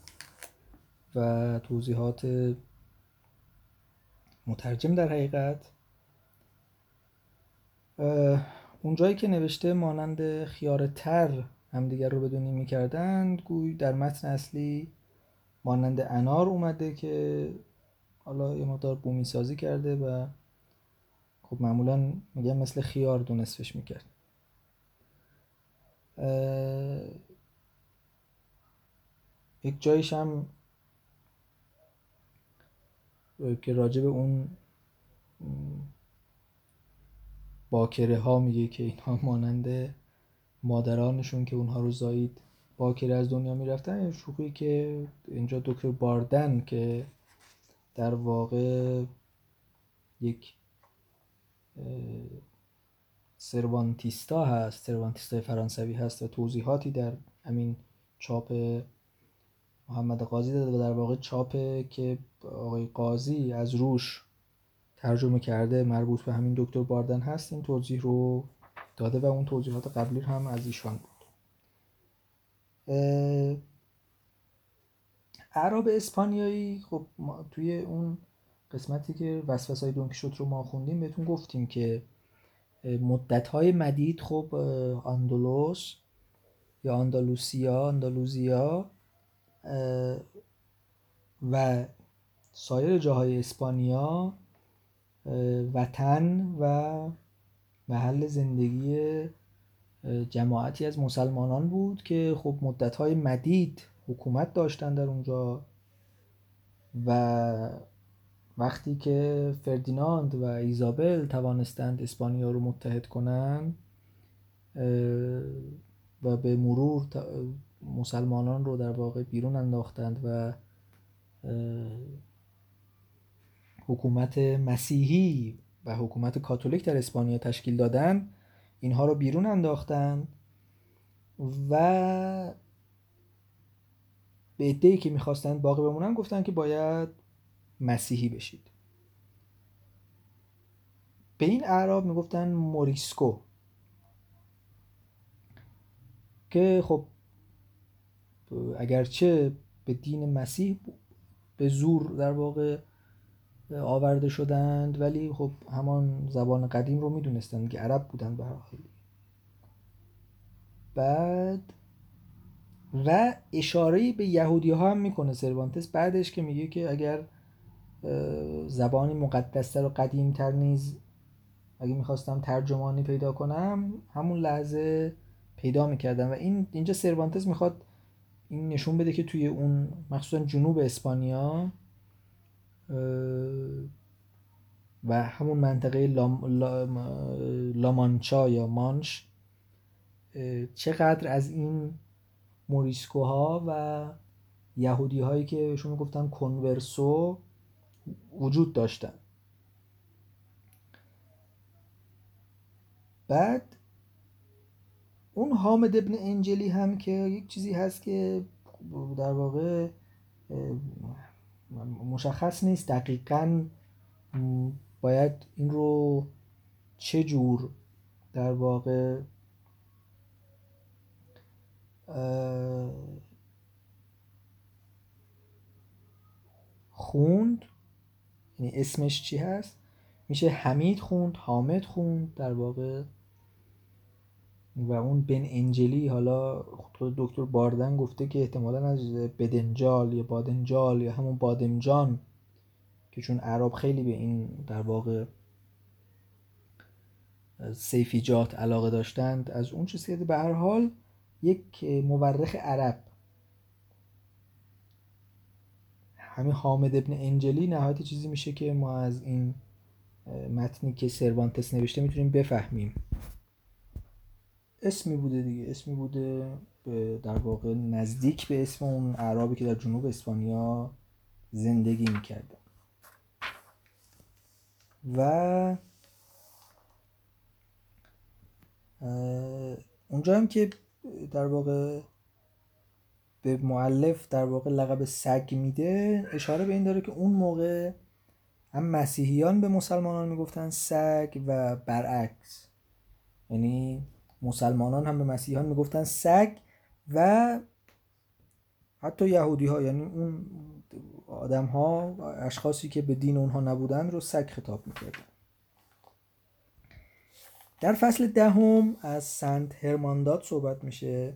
Speaker 1: و توضیحات مترجم. در حقیقت اونجایی که نوشته مانند خیار تر همدیگر رو بدونی میکردند، گوی در متن اصلی مانند انار اومده که حالا یه مقدار بومی سازی کرده و خب معمولا میگه مثل خیار دو نصفش میکرد. یک جایش هم که راجع به اون باکره ها میگه که اینها مانند مادرانشون که اونها رو زایید باکره از دنیا میرفتن. شوخی که اینجا دکتر باردن که در واقع یک سروانتیستا هست، سروانتیستای فرانسوی هست و توضیحاتی در همین چاپ محمد قاضی داده و در واقع چاپ که آقای قاضی از روش ترجمه کرده مربوط به همین دکتر باردن هست این توضیح رو داده و اون توضیحات قبلی هم از ایشان بود. اعراب اسپانیایی، خب ما توی اون قسمتی که وسوسه‌های دونکیشوت رو ما خوندیم بهتون گفتیم که مدت‌های مدید خب آندلس یا آندالوزیا و سایر جاهای اسپانیا وطن و محل زندگی جماعتی از مسلمانان بود که خب مدت‌های مدید حکومت داشتن در اونجا و وقتی که فردیناند و ایزابل توانستند اسپانیا رو متحد کنند و به مرور مسلمانان رو در واقع بیرون انداختند و حکومت مسیحی و حکومت کاتولیک در اسپانیا تشکیل دادن، اینها رو بیرون انداختن و به عده‌ای که میخواستند باقی بمونن گفتن که باید مسیحی بشید. به این اعراب میگفتن موریسکو که خب اگرچه به دین مسیح به زور در واقع آورده شدند ولی خب همان زبان قدیم رو میدونستند که عرب بودن به هر حال. بعد و اشاره‌ای به یهودی ها هم میکنه سروانتس بعدش که میگه که اگر زبانی مقدستر و قدیمتر نیز اگه میخواستم ترجمانی پیدا کنم همون لحظه پیدا میکردم. و اینجا سروانتس میخواد این نشون بده که توی اون مخصوصا جنوب اسپانیا و همون منطقه لامانچا یا مانش چقدر از این موریسکوها و یهودی هایی که بهشون میگفتن کنورسو وجود داشتن. بعد اون حامد ابن انجلی هم که یک چیزی هست که در واقع مشخص نیست دقیقاً باید این رو چه جور در واقع خوند، یعنی اسمش چی هست، میشه حمید خوند، حامد خوند در واقع. و اون بن انجلی حالا خود دکتر باردن گفته که احتمالاً از بدنجال یا بادنجال یا همون بادمجان که چون عرب خیلی به این در واقع سیفیجات علاقه داشتند از اون چیزی که به هر حال یک مورخ عرب همین حامد ابن انجلی نهایت چیزی میشه که ما از این متنی که سروانتس نوشته میتونیم بفهمیم. اسمی بوده دیگه، اسمی بوده در واقع نزدیک به اسم اون اعرابی که در جنوب اسپانیا زندگی میکرده. و اونجا هم که در واقع به مؤلف در واقع لقب سگ میده اشاره به این داره که اون موقع هم مسیحیان به مسلمانان میگفتن سگ و برعکس، یعنی مسلمانان هم به مسیحیان میگفتن سگ و حتی یهودی ها، یعنی اون آدم ها اشخاصی که به دین اونها نبودن رو سگ خطاب میکردن. در فصل 10 از سنت هرمانداد صحبت میشه.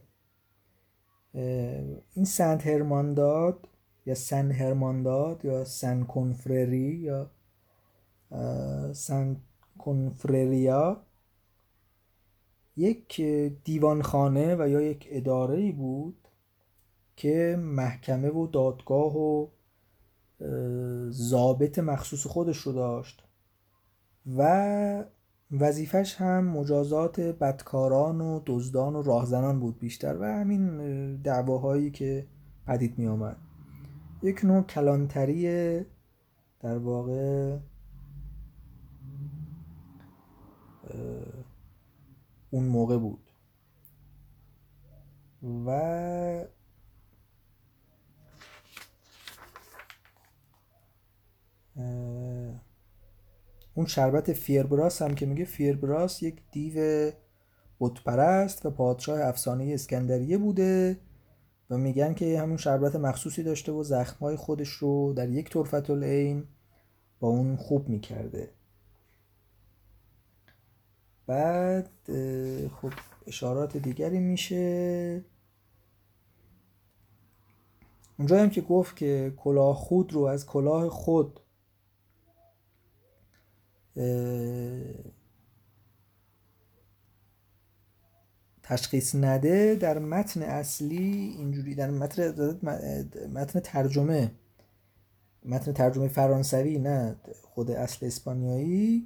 Speaker 1: این سنت هرمانداد یا سن هرمانداد یا سن کنفرری یا سن کنفرریا یک دیوانخانه و یا یک اداره‌ای بود که محکمه و دادگاه و ضابط مخصوص خودش رو داشت و وظیفش هم مجازات بدکاران و دزدان و راهزنان بود بیشتر و همین دعواهایی که پدید می آمد. یک نوع کلانتری در واقع اون موقع بود. و اون شربت فیربراس هم که میگه فیربراس یک دیو بتپرست و پادشاه افسانه اسکندریه بوده و میگن که همون شربت مخصوصی داشته و زخمهای خودش رو در یک طرفة العین با اون خوب میکرده. بعد خب اشارات دیگری میشه اونجا هم که گفت که کلاه خود رو از کلاه خود تشخیص نده. در متن اصلی اینجوری، در متن ترجمه فرانسوی، نه خود اصل اسپانیایی،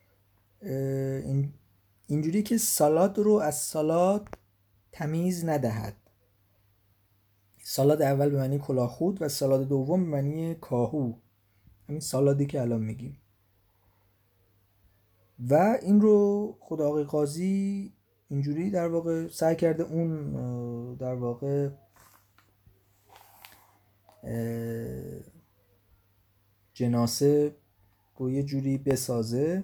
Speaker 1: اینجوری که سالاد رو از سالاد تمیز ندهد. سالاد اول به معنی کلاهخود و سالاد دوم به معنی کاهو، همین سالادی که الان میگیم. و این رو خود آقای قاضی اینجوری در واقع سعی کرده اون در واقع جناسه رو یه جوری بسازه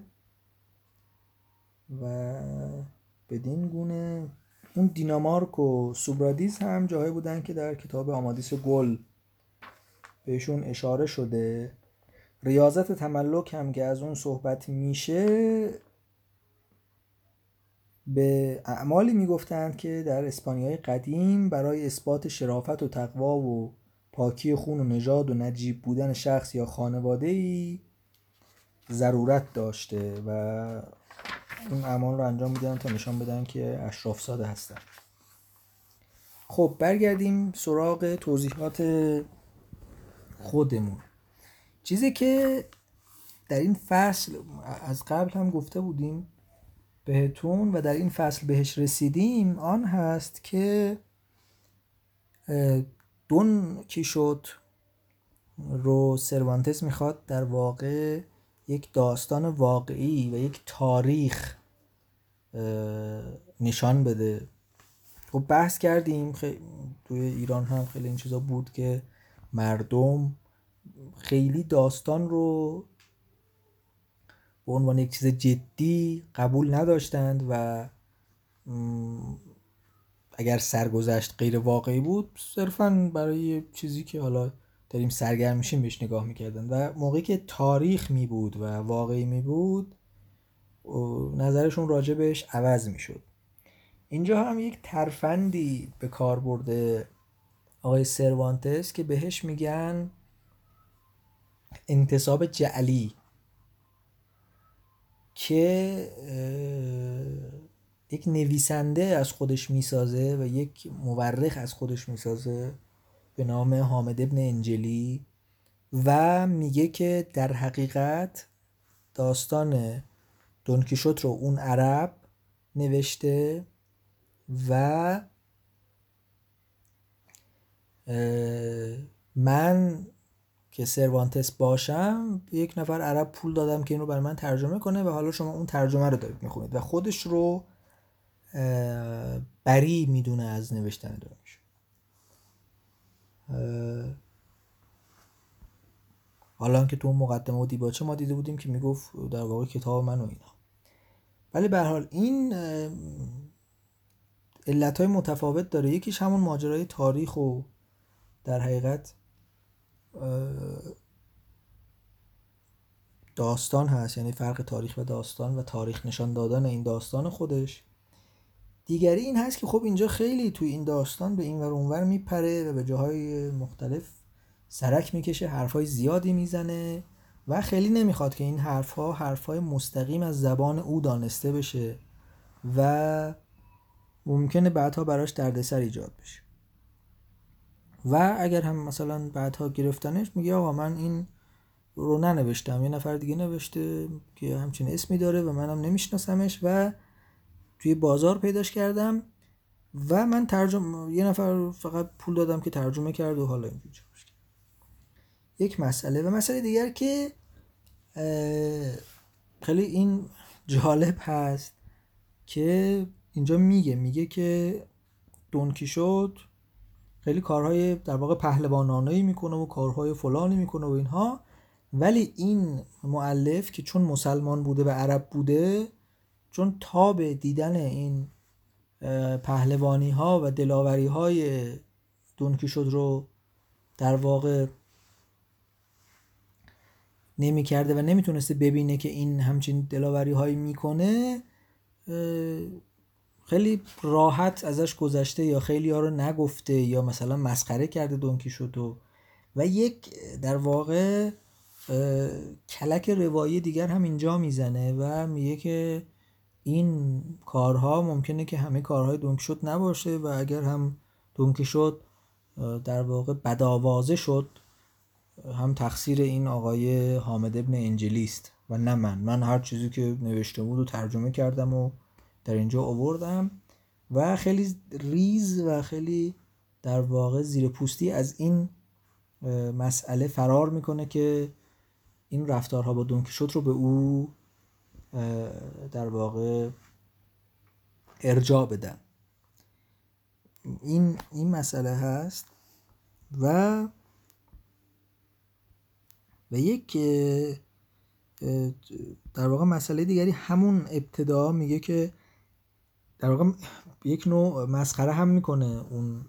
Speaker 1: و بدین گونه اون دینامارک و سوبرادیس هم جاهایی بودن که در کتاب آمادیس گل بهشون اشاره شده. ریاضت تملک هم که از اون صحبت میشه، به اعمالی میگفتند که در اسپانیای قدیم برای اثبات شرافت و تقوا و پاکی خون و نژاد و نجیب بودن شخص یا خانواده‌ای ضرورت داشته و این اعمال رو انجام میدن تا نشان بدن که اشراف زاده هستن. خب برگردیم سراغ توضیحات خودمون. چیزی که در این فصل از قبل هم گفته بودیم بهتون و در این فصل بهش رسیدیم آن هست که دون کیشوت رو سروانتس میخواد در واقع یک داستان واقعی و یک تاریخ نشان بده. خب بحث کردیم توی ایران هم خیلی این چیزا بود که مردم خیلی داستان رو به عنوان یک چیز جدی قبول نداشتند و اگر سرگذشت غیر واقعی بود صرفاً برای چیزی که حالا داریم سرگرم میشیم بهش نگاه میکردن و موقعی که تاریخ می بود و واقعی می بود نظرشون راجع بهش عوض میشد. اینجا هم یک ترفندی به کار برده آقای سروانتس که بهش میگن انتصاب جعلی، که یک نویسنده از خودش میسازه و یک مورخ از خودش میسازه به نام حامد ابن انجلی و میگه که در حقیقت داستان دون کیشوت رو اون عرب نوشته و من که سروانتس باشم یک نفر عرب پول دادم که اینو برای من ترجمه کنه و حالا شما اون ترجمه رو دارید میخونید و خودش رو بری میدونه از نوشتن دون کیشوت. حالا که تو مقدمه و دیباچه ما دیده بودیم که میگفت در واقع کتاب من و اینا، ولی به هر حال این علتهای متفاوت داره. یکیش همون ماجرای تاریخ و در حقیقت داستان هست، یعنی فرق تاریخ و داستان و تاریخ نشان دادن این داستان خودش. دیگری این هست که خب اینجا خیلی توی این داستان به این ور اونور میپره و به جاهای مختلف سرک میکشه، حرفای زیادی میزنه و خیلی نمیخواد که این حرفای مستقیم از زبان او دانسته بشه و ممکنه بعدها براش دردسر ایجاد بشه. و اگر هم مثلا بعدها گرفتنش میگه آقا من این رو ننوشتم، یه نفر دیگه نوشته که همچین اسمی داره و منم نمیشناسمش و توی بازار پیداش کردم و من یه نفر فقط پول دادم که ترجمه کرد و حالا اینجوری شد. یک مسئله. و مسئله دیگر که خیلی این جالب هست که اینجا میگه که دون کیشوت خیلی کارهای در واقع پهلوانانه‌ای میکنه و کارهای فلانی میکنه و اینها، ولی این مؤلف که چون مسلمان بوده و عرب بوده، چون تاب دیدن این پهلوانی ها و دلاوری های دون کیشوت رو در واقع نمی کرده و نمیتونسته ببینه که این همچین دلاوری هایی میکنه، خیلی راحت ازش گذشته یا خیلی ها رو نگفته یا مثلا مسخره کرده دون کیشوتو. و یک در واقع کلک روایی دیگر هم اینجا میزنه و میگه که این کارها ممکنه که همه کارهای دون کیشوت نباشه و اگر هم دون کیشوت در واقع بدآوازه شد، هم تقصیر این آقای حامد ابن انجلیست و نه من هر چیزی که نوشته بود و ترجمه کردم و در اینجا آوردم. و خیلی ریز و خیلی در واقع زیر پوستی از این مسئله فرار میکنه که این رفتارها با دون کیشوت رو به او در واقع ارجاع بدن. این مسئله هست. و یک در واقع مسئله دیگری همون ابتدا میگه که در واقع یک نوع مسخره هم میکنه اون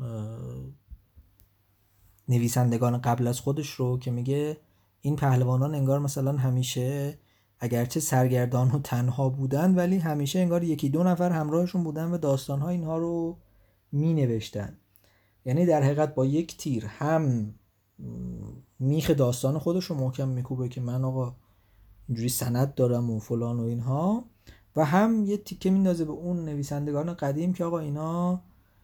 Speaker 1: نویسندگان قبل از خودش رو که میگه این پهلوانان انگار مثلا همیشه اگرچه سرگردان و تنها بودن ولی همیشه انگار یکی دو نفر همراهشون بودن و داستانها اینها رو می نوشتن. یعنی در حقیقت با یک تیر هم میخ داستان خودش رو محکم میکوبه که من آقا اینجوری سند دارم و فلان و اینها، و هم یه تیکه میندازه به اون نویسندگان قدیم که آقا اینا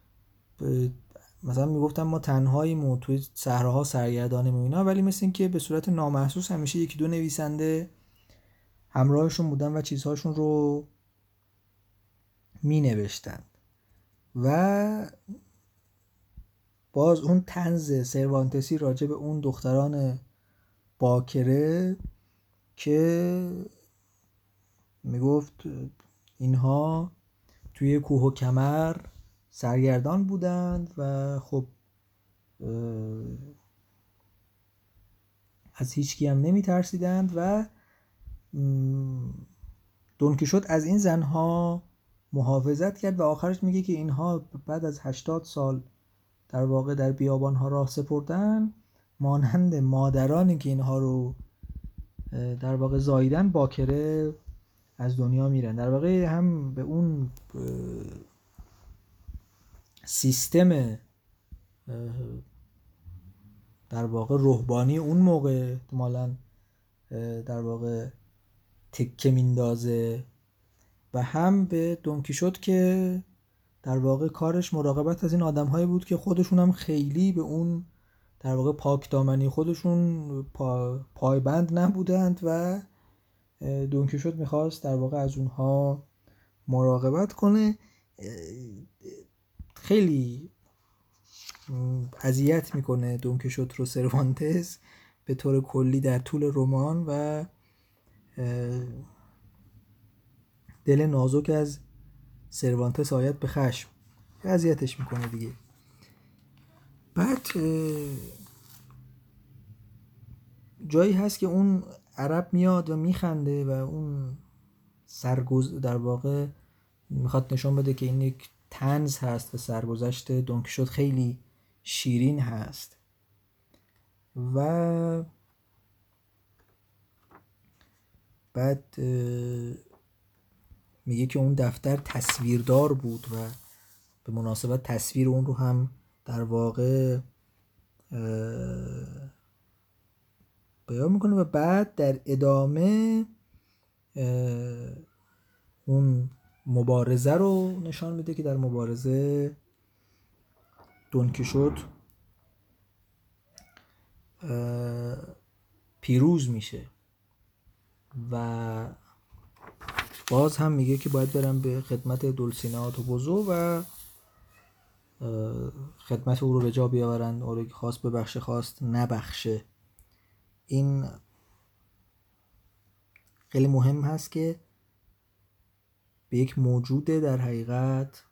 Speaker 1: مثلا میگفتن ما تنهاییم و توی صحراها سرگردانیم و اینا، ولی مثل این که به صورت نامحسوس همیشه یکی دو نویسنده همراهشون بودن و چیزهاشون رو می نوشتن. و باز اون طنز سروانتسی راجع به اون دختران باکره که میگفت اینها توی کوه و کمر سرگردان بودند و خب از هیچکی هم نمی ترسیدند و دون کیشوت از این زنها محافظت کرد و آخرش میگه که اینها بعد از 80 سال در واقع در بیابانها راه سپردن، مانند مادرانی که اینها رو در واقع زاییدن باکره از دنیا میرن. در واقع هم به اون سیستم در واقع روحانی اون موقع احتمالاً در واقع تکه میندازه و هم به دون کیشوت که در واقع کارش مراقبت از این آدم‌هایی بود که خودشون هم خیلی به اون در واقع پاک دامنی خودشون پایبند نبودند و دون کیشوت میخواست در واقع از اونها مراقبت کنه. خیلی اذیت میکنه دون کیشوت رو سروانتس به طور کلی در طول رمان و دل نازک از سروانتس آید به خشم، اذیتش میکنه دیگه. بعد جایی هست که اون عرب میاد و میخنده و اون در واقع میخواد نشون بده که این یک طنز هست و سرگذشت دون کیشوت خیلی شیرین هست. و بعد میگه که اون دفتر تصویردار بود و به مناسبت تصویر اون رو هم در واقع بیان میکنه و بعد در ادامه اون مبارزه رو نشان میده که در مبارزه دون کیشوت پیروز میشه و باز هم میگه که باید برم به خدمت دولسیناء توبوزو و خدمت او رو به جا بیاورند، او رو که خواست ببخشه خواست نبخشه. این خیلی مهم هست که به یک موجود در حقیقت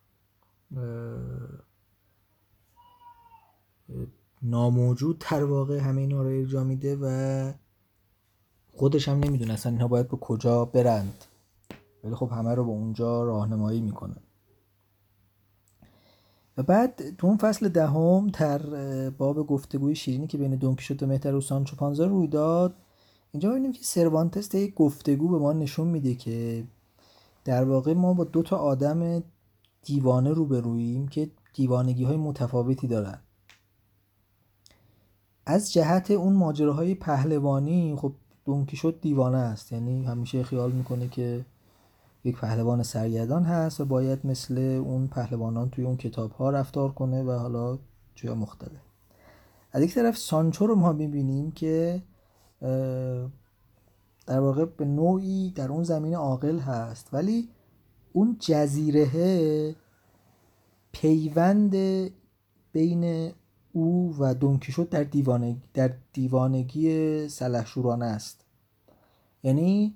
Speaker 1: ناموجود در واقع همه اینا رو ارجاع میده و خودش هم نمیدونه اصلا اینها باید به کجا برند، ولی خب همه رو به اونجا راهنمایی میکنه. و بعد تو اون فصل دهم در باب گفتگوی شیرینی که بین دون کیشوت و مهتر و سانچو پانزا روی داد، اینجا می‌بینیم که سروانتس یک گفتگو به ما نشون میده که در واقع ما با دو تا آدم دیوانه روبروییم که دیوانگی‌های متفاوتی دارن. از جهت اون ماجراهای پهلوانی خب دون کیشوت دیوانه است، یعنی همیشه خیال میکنه که یک پهلوان سرگردان هست و باید مثل اون پهلوانان توی اون کتاب ها رفتار کنه و حالا جای مختلف. از یک طرف سانچو رو ما میبینیم که در واقع به نوعی در اون زمین عاقل هست، ولی اون جزیره پیوند بین او و دون کیشوت در دیوانگی سلحشورانه است. یعنی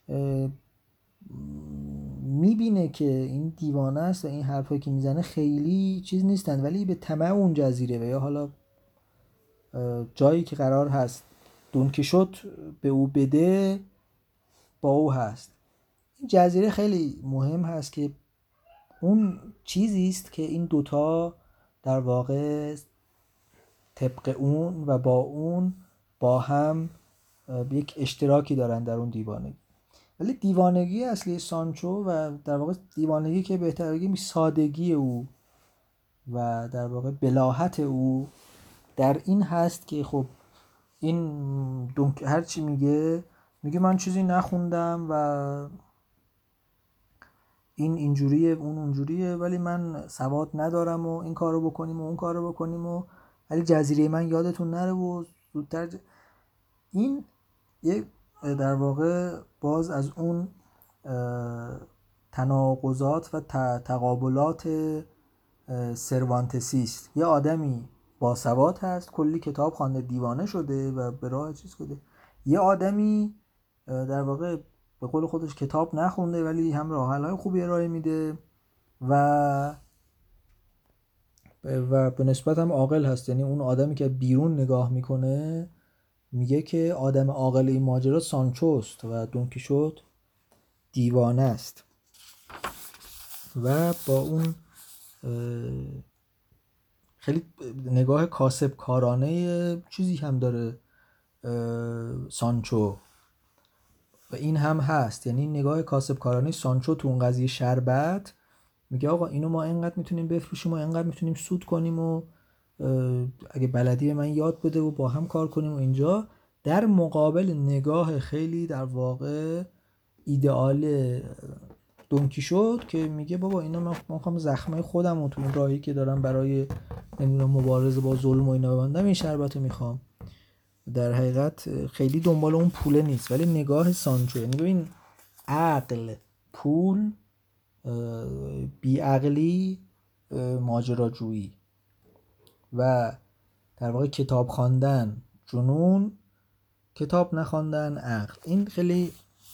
Speaker 1: میبینه که این دیوانه است و این حرفایی که میزنه خیلی چیز نیستن، ولی به طمع اون جزیره و یا حالا جایی که قرار هست دون کیشوت به او بده با او هست. این جزیره خیلی مهم هست که اون چیزی است که این دوتا در واقع طبق اون و با اون با هم یک اشتراکی دارن در اون دیوانگی. ولی دیوانگی اصلی سانچو و در واقع دیوانگی که بهتر بگیم سادگی او و در واقع بلاهت او در این هست که خب این هر چی میگه من چیزی نخوندم و این اینجوریه اون اونجوریه، ولی من سواد ندارم و این کارو بکنیم و اون کارو بکنیم و ولی جزیره من یادتون نره و زودتر این یک در واقع باز از اون تناقضات و تقابلات سروانتسی است. یه آدمی باسواد هست، کلی کتاب خوانده، دیوانه شده و به راه چیز شده. یه آدمی در واقع به قول خودش کتاب نخونده ولی هم راه حل‌های خوبی ارائه میده و به نسبت هم عاقل هست. یعنی اون آدمی که بیرون نگاه میکنه میگه که آدم عاقل این ماجرا سانچوست و دون کیشوت دیوانه است. و با اون خیلی نگاه کاسب کارانه چیزی هم داره سانچو و این هم هست. یعنی نگاه کاسب کارانه سانچو تو اون قضیه شربت میگه آقا اینو ما اینقدر میتونیم بفروشیم و اینقدر میتونیم سود کنیم و اگه بلدی به من یاد بده و با هم کار کنیم. و اینجا در مقابل نگاه خیلی در واقع ایدئال دون کیشوت که میگه بابا اینا من میخوام زخمای خودم و تو این راهی که دارم برای نمیدونم مبارزه با ظلم و اینا ببندم این شربتو میخوام. در حقیقت خیلی دنبال اون پوله نیست. ولی نگاه سانچو یعنی ببین عقل، پول، بیعقلی، ماجراجویی و در واقع کتاب خواندن جنون، کتاب نخواندن عقل. این خیلی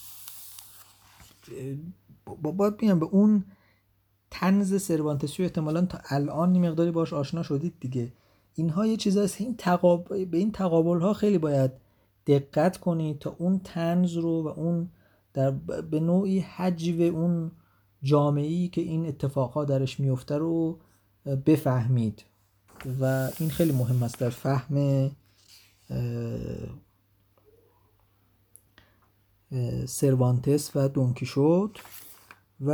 Speaker 1: باید بگم به اون طنز سروانتسی احتمالاً تا الان مقداری باش آشنا شدید دیگه. اینها یه چیزاست، این به این تقابل ها خیلی باید دقت کنید تا اون طنز رو و اون به نوعی حجو اون جامعه‌ای که این اتفاقها درش میفته رو بفهمید و این خیلی مهم است در فهم سروانتس و دون کیشوت. و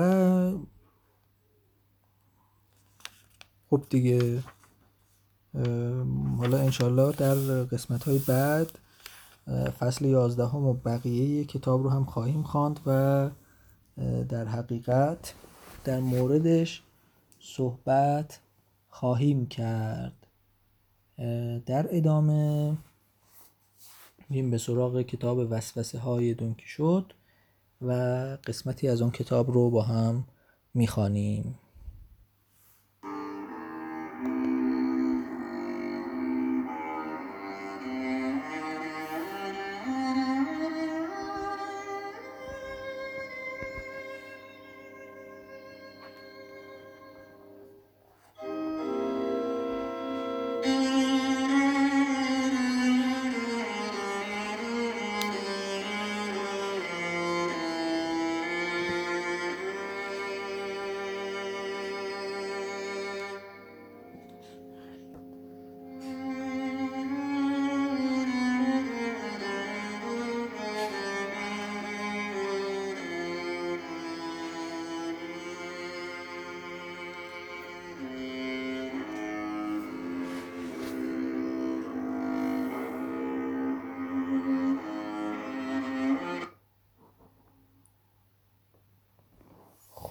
Speaker 1: خب دیگه حالا انشالله در قسمت های بعد فصل 11 و بقیه کتاب رو هم خواهیم خواند و در حقیقت در موردش صحبت خواهیم کرد. در ادامه میریم به سراغ کتاب وسوسه های دون کیشوت و قسمتی از اون کتاب رو با هم میخوانیم.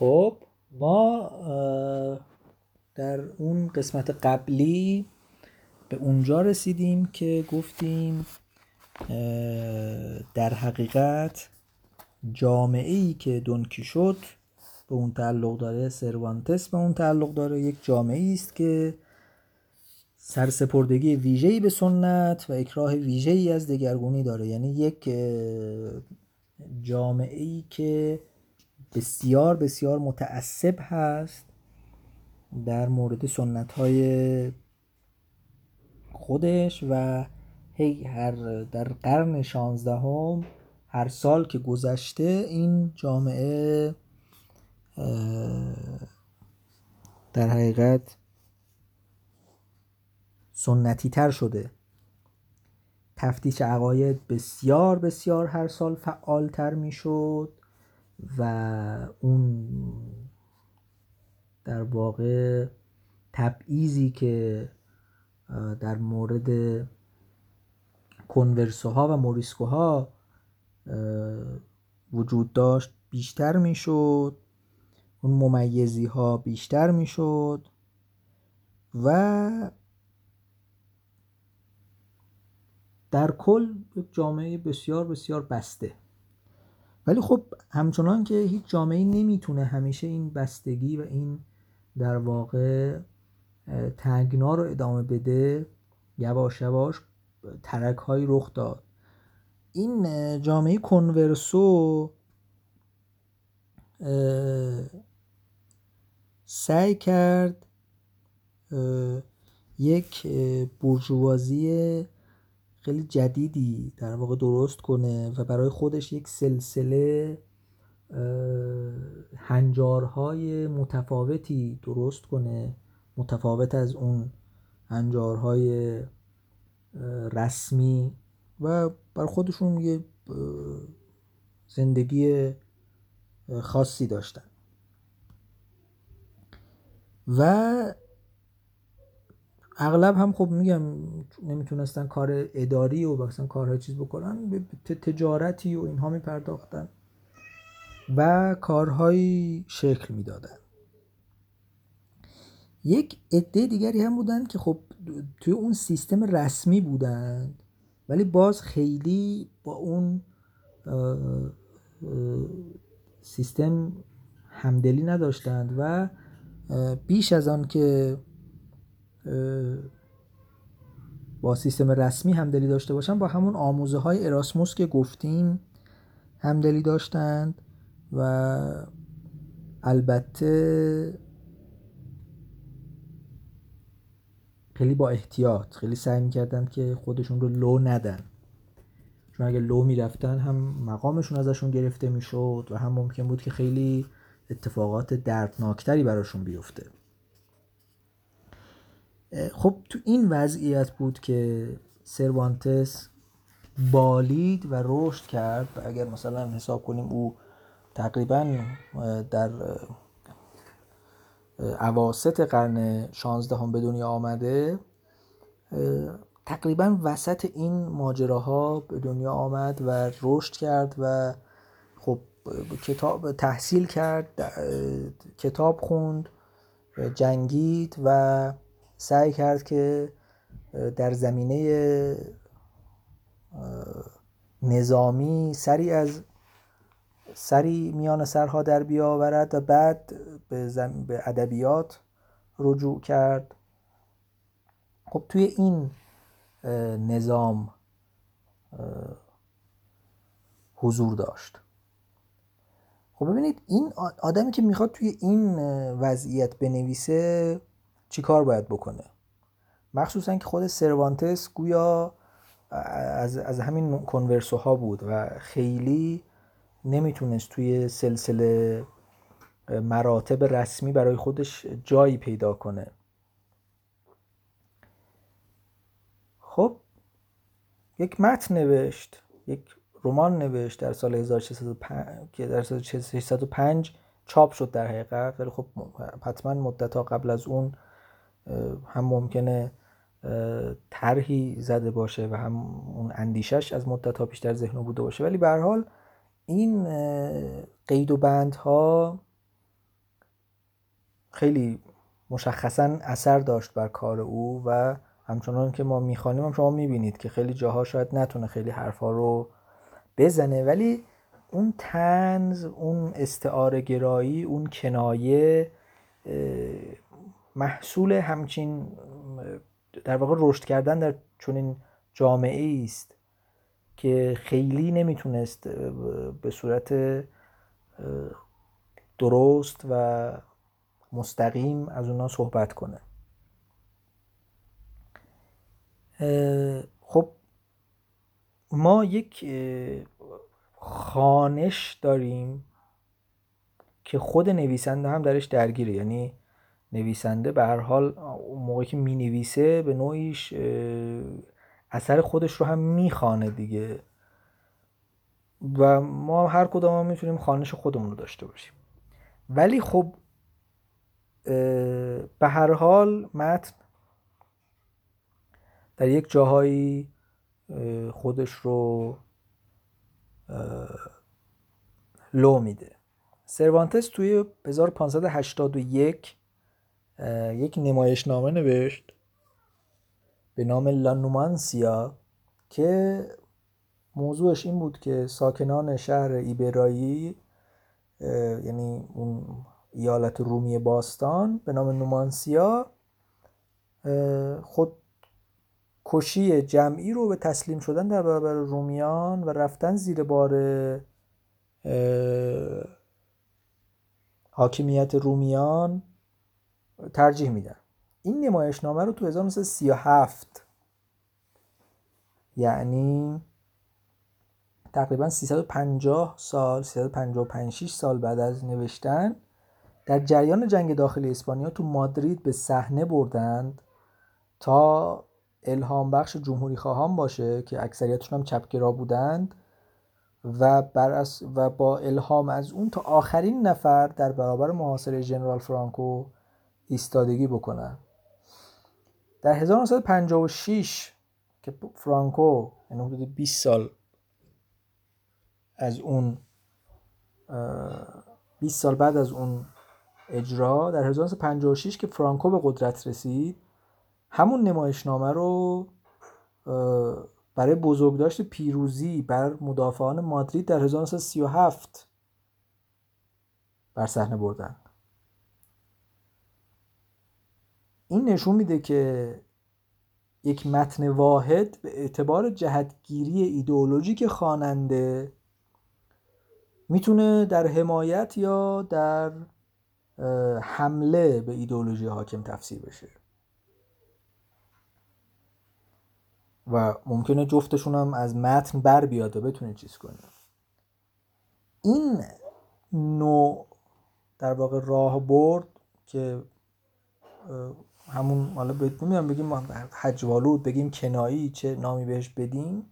Speaker 1: خب ما در اون قسمت قبلی به اونجا رسیدیم که گفتیم در حقیقت جامعه‌ای که دون کیشوت به اون تعلق داره، سروانتس به اون تعلق داره، یک جامعه‌ای است که سرسپردگی ویژه‌ای به سنت و اکراه ویژه‌ای از دگرگونی داره. یعنی یک جامعه‌ای که بسیار بسیار متعصب هست در مورد سنت‌های خودش و در قرن 16 هر سال که گذشته این جامعه در حقیقت سنتی تر شده. تفتیش عقاید بسیار بسیار هر سال فعال تر می شد و اون در واقع تبعیضی که در مورد کنورسوها و موریسکوها وجود داشت بیشتر می شد، اون ممیزی ها بیشتر می شد و در کل یک جامعه بسیار بسیار بسته. ولی خب همچنان که هیچ جامعه‌ای نمیتونه همیشه این بستگی و این در واقع تنگنا رو ادامه بده، یواش یواش ترک های رخ داد. این جامعه کنورسو سعی کرد یک بورژوازی خیلی جدیدی در واقع درست کنه و برای خودش یک سلسله هنجارهای متفاوتی درست کنه، متفاوت از اون هنجارهای رسمی، و برای خودشون یه زندگی خاصی داشتن و اغلب هم خب میگم نمیتونستن کار اداری و مثلا کارهای چیز بکنن، به تجارتی و اینها میپرداختن و کارهایی شکل میدادن. یک عده دیگری هم بودن که خب توی اون سیستم رسمی بودن ولی باز خیلی با اون سیستم همدلی نداشتند و بیش از آن که با سیستم رسمی همدلی داشته باشن، با همون آموزه های اراسموس که گفتیم همدلی داشتند و البته خیلی با احتیاط، خیلی سعی می‌کردند که خودشون رو لو ندن، چون اگه لو میرفتن هم مقامشون ازشون گرفته میشد و هم ممکن بود که خیلی اتفاقات دردناکتری براشون بیفته. خب تو این وضعیت بود که سروانتس بالید و رشد کرد و اگر مثلا حساب کنیم او تقریبا در اواسط قرن 16 هم به دنیا آمده، تقریبا وسط این ماجراها به دنیا آمد و رشد کرد و خب کتاب تحصیل کرد، کتاب خوند، جنگید و سعی کرد که در زمینه نظامی سری میان سرها در بیاورد و بعد به ادبیات رجوع کرد. خب توی این نظام حضور داشت. خب ببینید این آدمی که میخواد توی این وضعیت بنویسه چی کار باید بکنه؟ مخصوصا که خود سروانتس گویا از همین کنورسوها بود و خیلی نمیتونست توی سلسله مراتب رسمی برای خودش جایی پیدا کنه. خب یک متن نوشت، یک رمان نوشت در سال 1605 که در سال 1605 چاپ شد در حقیقت، ولی خب حتما مدت‌ها قبل از اون هم ممکنه طرحی زده باشه و هم اون اندیشش از مدت‌ها پیش در ذهن بوده باشه، ولی به هر حال این قید و بندها خیلی مشخصا اثر داشت بر کار او و همچنان که ما میخوانیم هم شما میبینید که خیلی جاها شاید نتونه خیلی حرفا رو بزنه، ولی اون طنز، اون استعاره گرایی، اون کنایه محصول همچین در واقع رشد کردن در چنین جامعه است که خیلی نمیتونست به صورت درست و مستقیم از اونا صحبت کنه. خب ما یک خوانش داریم که خود نویسنده هم درش درگیره، یعنی نویسنده به هر حال اون موقعی که می نویسه به نوعیش اثر خودش رو هم میخوانه دیگه و ما هر کدوم هم میتونیم خوانش خودمون رو داشته باشیم. ولی خب به هر حال متن در یک جاهایی خودش رو لو میده. سروانتس توی 1581 یک نمایشنامه نوشت به نام لا نومانسیا که موضوعش این بود که ساکنان شهر ایبرایی، یعنی اون ایالت رومی باستان به نام نومانسیا، خود کشی جمعی رو به تسلیم شدن در برابر رومیان و رفتن زیر بار حاکمیت رومیان ترجیح میدن. این نمایشنامه رو تو 1937، یعنی تقریبا 350 سال 355 سال بعد از نوشتن، در جریان جنگ داخلی اسپانیا تو مادرید به صحنه بردند تا الهام بخش جمهوری خواهان باشه که اکثریتشون هم چپگرا بودند و با الهام از اون تا آخرین نفر در برابر محاصره ژنرال فرانکو ایستادگی بکنن. در 1956 که فرانکو، یعنی حدود 20 سال از اون 20 سال بعد از اون اجرا، در 1956 که فرانکو به قدرت رسید، همون نمایشنامه رو برای بزرگداشت پیروزی بر مدافعان مادرید در 1937 بر صحنه بردن. این نشون میده که یک متن واحد به اعتبار جهتگیری ایدئولوژیک خواننده میتونه در حمایت یا در حمله به ایدئولوژی حاکم تفسیر بشه و ممکنه جفتشون هم از متن بر بیاد و بتونه چیز کنه. این نوع در واقع راه برد که همون حالا نمیدونم بگیم هجوالود، بگیم کنایی، چه نامی بهش بدیم،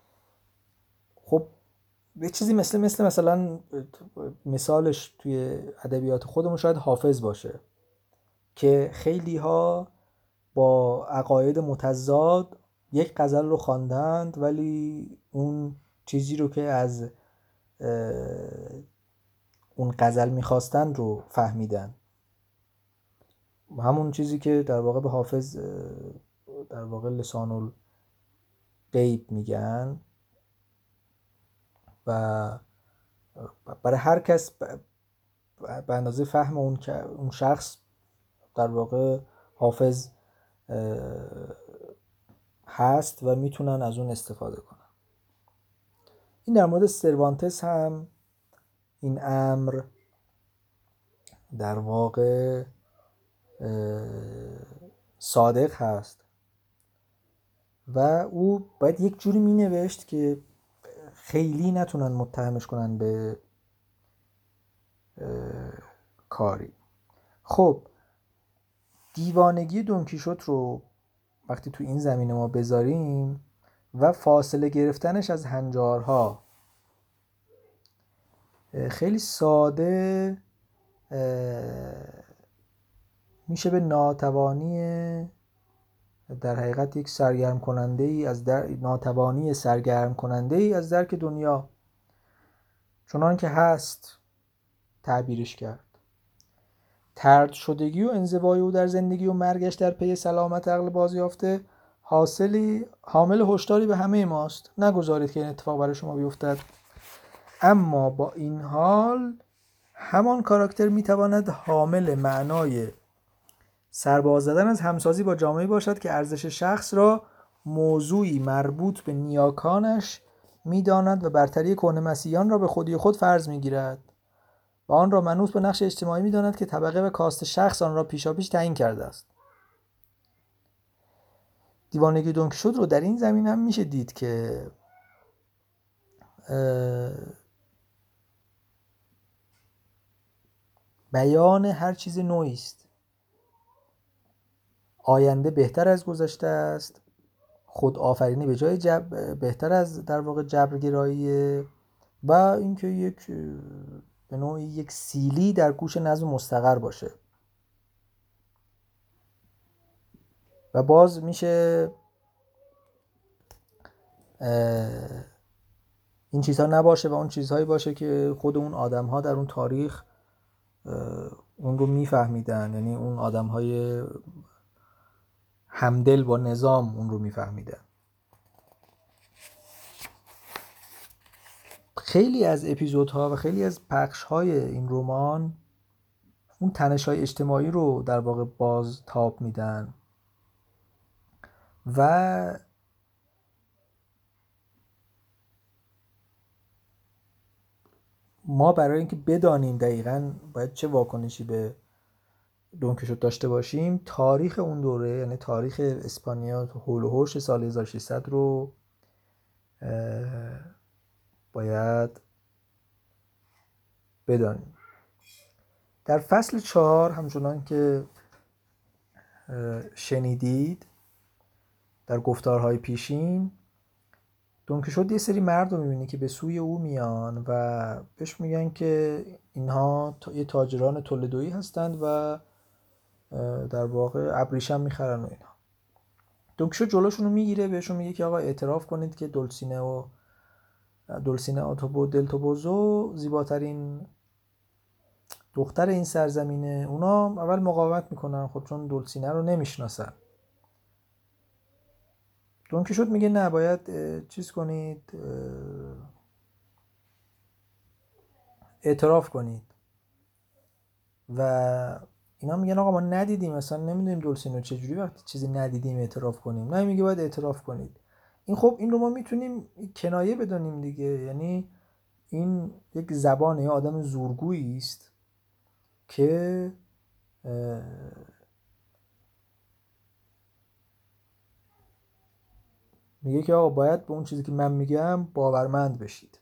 Speaker 1: خب یه چیزی مثلا مثالش توی ادبیات خودمون شاید حافظ باشه که خیلی ها با عقاید متضاد یک غزل رو خواندند ولی اون چیزی رو که از اون غزل میخواستن رو فهمیدن. همون چیزی که در واقع به حافظ در واقع لسان الغیب میگن و برای هر کس به اندازه فهم اون شخص در واقع حافظ هست و میتونن از اون استفاده کنن. این در مورد سروانتس هم این امر در واقع صادق هست و او باید یک جوری می نوشت که خیلی نتونن متهمش کنن به کاری. خب دیوانگی دونکیشوت رو وقتی تو این زمینه ما بذاریم و فاصله گرفتنش از هنجارها، خیلی ساده میشه به ناتوانی در حقیقت یک سرگرم کننده ای از ناتوانی سرگرم کننده ای از درک دنیا چنان که هست تعبیرش کرد. طرد شدگی و انزوای او در زندگی و مرگش در پی سلامت عقل بازیافته حامل هشداری به همه ماست. نگذارید که این اتفاق برای شما بیفتد. اما با این حال همان کاراکتر میتواند حامل معنای سرباز زدن از همسازی با جامعه باشد که ارزش شخص را موضوعی مربوط به نیاکانش میداند و برتری کهنه مسیحیان را به خودی خود فرض میگیرد و آن را منوط به نقش اجتماعی میداند که طبقه و کاست شخص آن را پیشاپیش تعیین کرده است. دیوانگی دون کیشوت رو در این زمین هم میشه دید که بیان هر چیز نوعی است. آینده بهتر از گذشته است، خود آفرینی به جای بهتر از در واقع جبرگرایی، و اینکه به نوعی یک سیلی در گوش نظم مستقر باشه. و باز میشه این چیزها نباشه و اون چیزهایی باشه که خود اون آدم‌ها در اون تاریخ اون رو میفهمیدن، یعنی اون آدم‌های همدل با نظام اون رو میفهمیدن. خیلی از اپیزودها و خیلی از پخش‌های این رمان اون تنش‌های اجتماعی رو در واقع باز تاب میدن و ما برای اینکه بدانیم دقیقاً باید چه واکنشی به دون کیشوت داشته باشیم، تاریخ اون دوره، یعنی تاریخ اسپانیا هول و هوش سال 1600 رو باید بدانیم. در فصل 4 همچنان که شنیدید در گفتارهای پیشین، دون کیشوت یه سری مرد رو میبینی که به سوی او میان و بهش میگن که اینها یه تاجران تولدویی هستند و در واقع ابریشم میخرن و اینا. دون کیشوت جلوشون رو میگیره، بهشون میگه که آقا اعتراف کنید که دولسینه دل توبوزو زیباترین دختر این سرزمینه. اونا اول مقاومت میکنن، خب چون دولسینه رو نمیشناسن. دون کیشوت میگه نه، باید چیز کنید، اعتراف کنید. و اینا میگن آقا ما ندیدیم، اصلا نمیدونیم دولسینه چجوری وقتی چیزی ندیدیم اعتراف کنیم. نه، میگه باید اعتراف کنید. این رو ما میتونیم کنایه بدونیم دیگه، یعنی این یک زبان یا آدم زورگویی است که میگه که آقا باید به اون چیزی که من میگم باورمند بشید.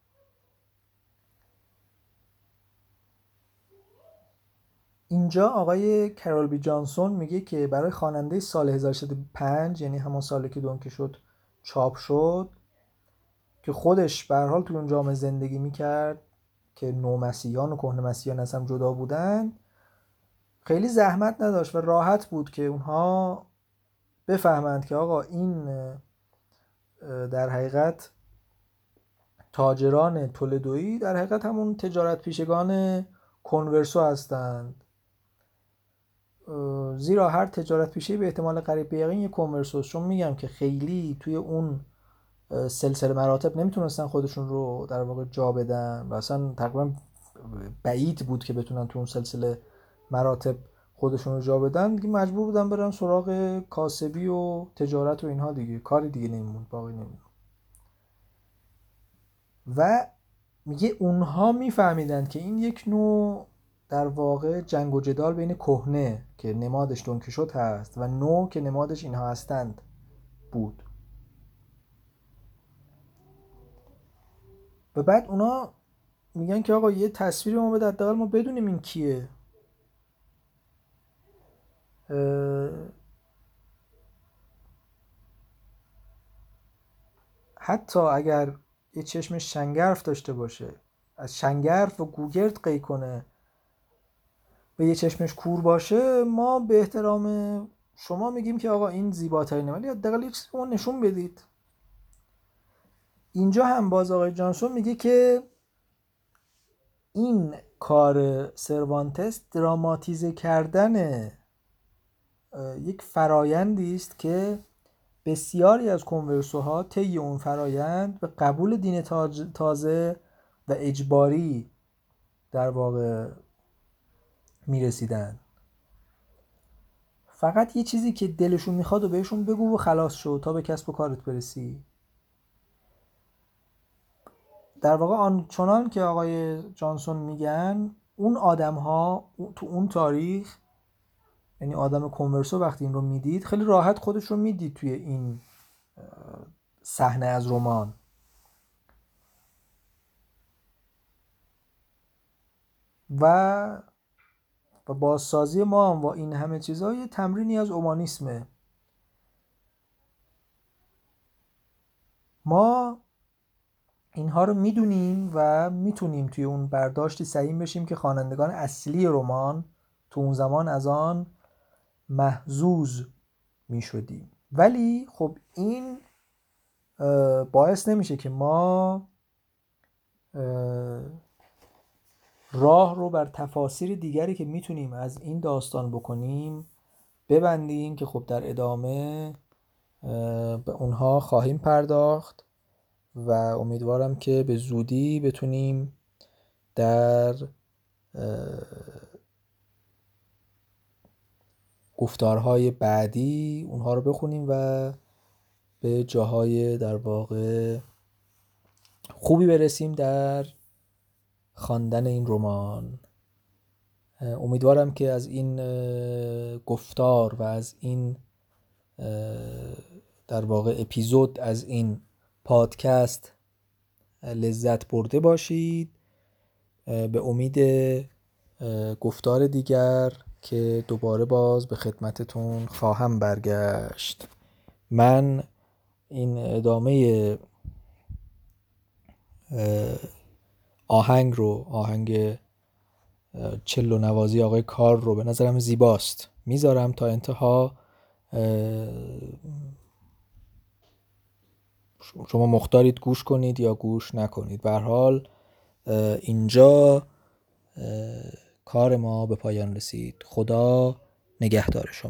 Speaker 1: اینجا آقای کرول بی جانسون میگه که برای خواننده سال 1605، یعنی همون سالی که دون کیشوت چاپ شد، که خودش به هر حال تو اون جامعه زندگی میکرد که نومسیحیان و کهنه مسیحیان از هم جدا بودن، خیلی زحمت نداشت و راحت بود که اونها بفهمند که آقا این در حقیقت تاجران تولدویی در حقیقت همون تجارت پیشگان کنورسو هستند، زیرا هر تجارت پیشه به احتمال قریب به یقین یک کنورسوست. چون میگم که خیلی توی اون سلسله مراتب نمیتونستن خودشون رو در واقع جا بدن و اصلا تقریبا بعید بود که بتونن تو اون سلسله مراتب خودشون رو جا بدن دیگه، مجبور بودن برن سراغ کاسبی و تجارت و اینها دیگه، کاری دیگه نمیموند، باقی نمیموند. و میگه اونها میفهمیدن که این یک نوع در واقع جنگ و جدال بین کهنه که نمادش دون کیشوت هست و نو که نمادش اینها هستند بود. و بعد اونا میگن که آقا یه تصویری ما بده، حداقل ما بدونیم این کیه. حتی اگر یه چشم شنگرف داشته باشه، از شنگرف و گوگرد قی کنه و یه چشمش کور باشه، ما به احترام شما میگیم که آقا این زیباترینه، ولی حداقل یه چیزی ما نشون بدید. اینجا هم باز آقای جانسون میگه که این کار سروانتس دراماتیزه کردن یک فرایندی است که بسیاری از کنورسوها طی اون فرایند به قبول دین تازه و اجباری در واقع میرسیدن. فقط یه چیزی که دلشون میخواد و بهشون بگو و خلاص شو تا به کسب و کارت برسی. در واقع آنچنان که آقای جانسون میگن، اون آدم ها تو اون تاریخ، یعنی آدم کنورسو وقتی این رو میدید خیلی راحت خودش رو میدید توی این صحنه از رمان. و بازسازی ما هم و این همه چیزها یه تمرینی از اومانیسمه. ما اینها رو میدونیم و میتونیم توی اون برداشتی سهیم بشیم که خوانندگان اصلی رمان تو اون زمان از آن محظوظ میشدیم. ولی خب این باعث نمیشه که ما راه رو بر تفاسیر دیگری که میتونیم از این داستان بکنیم ببندیم که خب در ادامه به اونها خواهیم پرداخت و امیدوارم که به زودی بتونیم در گفتارهای بعدی اونها رو بخونیم و به جاهای در واقع خوبی برسیم در خواندن این رمان. امیدوارم که از این گفتار و از این در واقع اپیزود از این پادکست لذت برده باشید. به امید گفتار دیگر که دوباره باز به خدمتتون خواهم برگشت. من این ادامه آهنگ چلو نوازی آقای کار رو به نظرم زیباست، میذارم تا انتها. شما مختارید گوش کنید یا گوش نکنید. به هر حال اینجا کار ما به پایان رسید. خدا نگهدار شما.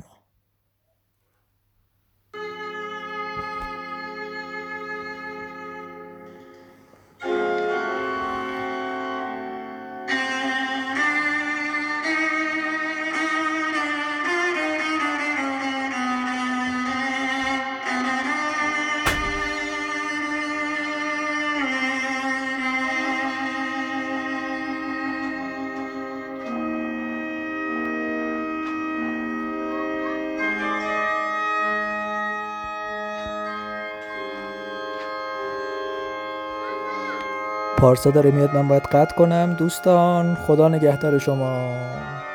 Speaker 1: پارسا داره میاد، من باید قطع کنم. دوستان خدا نگهدار شما.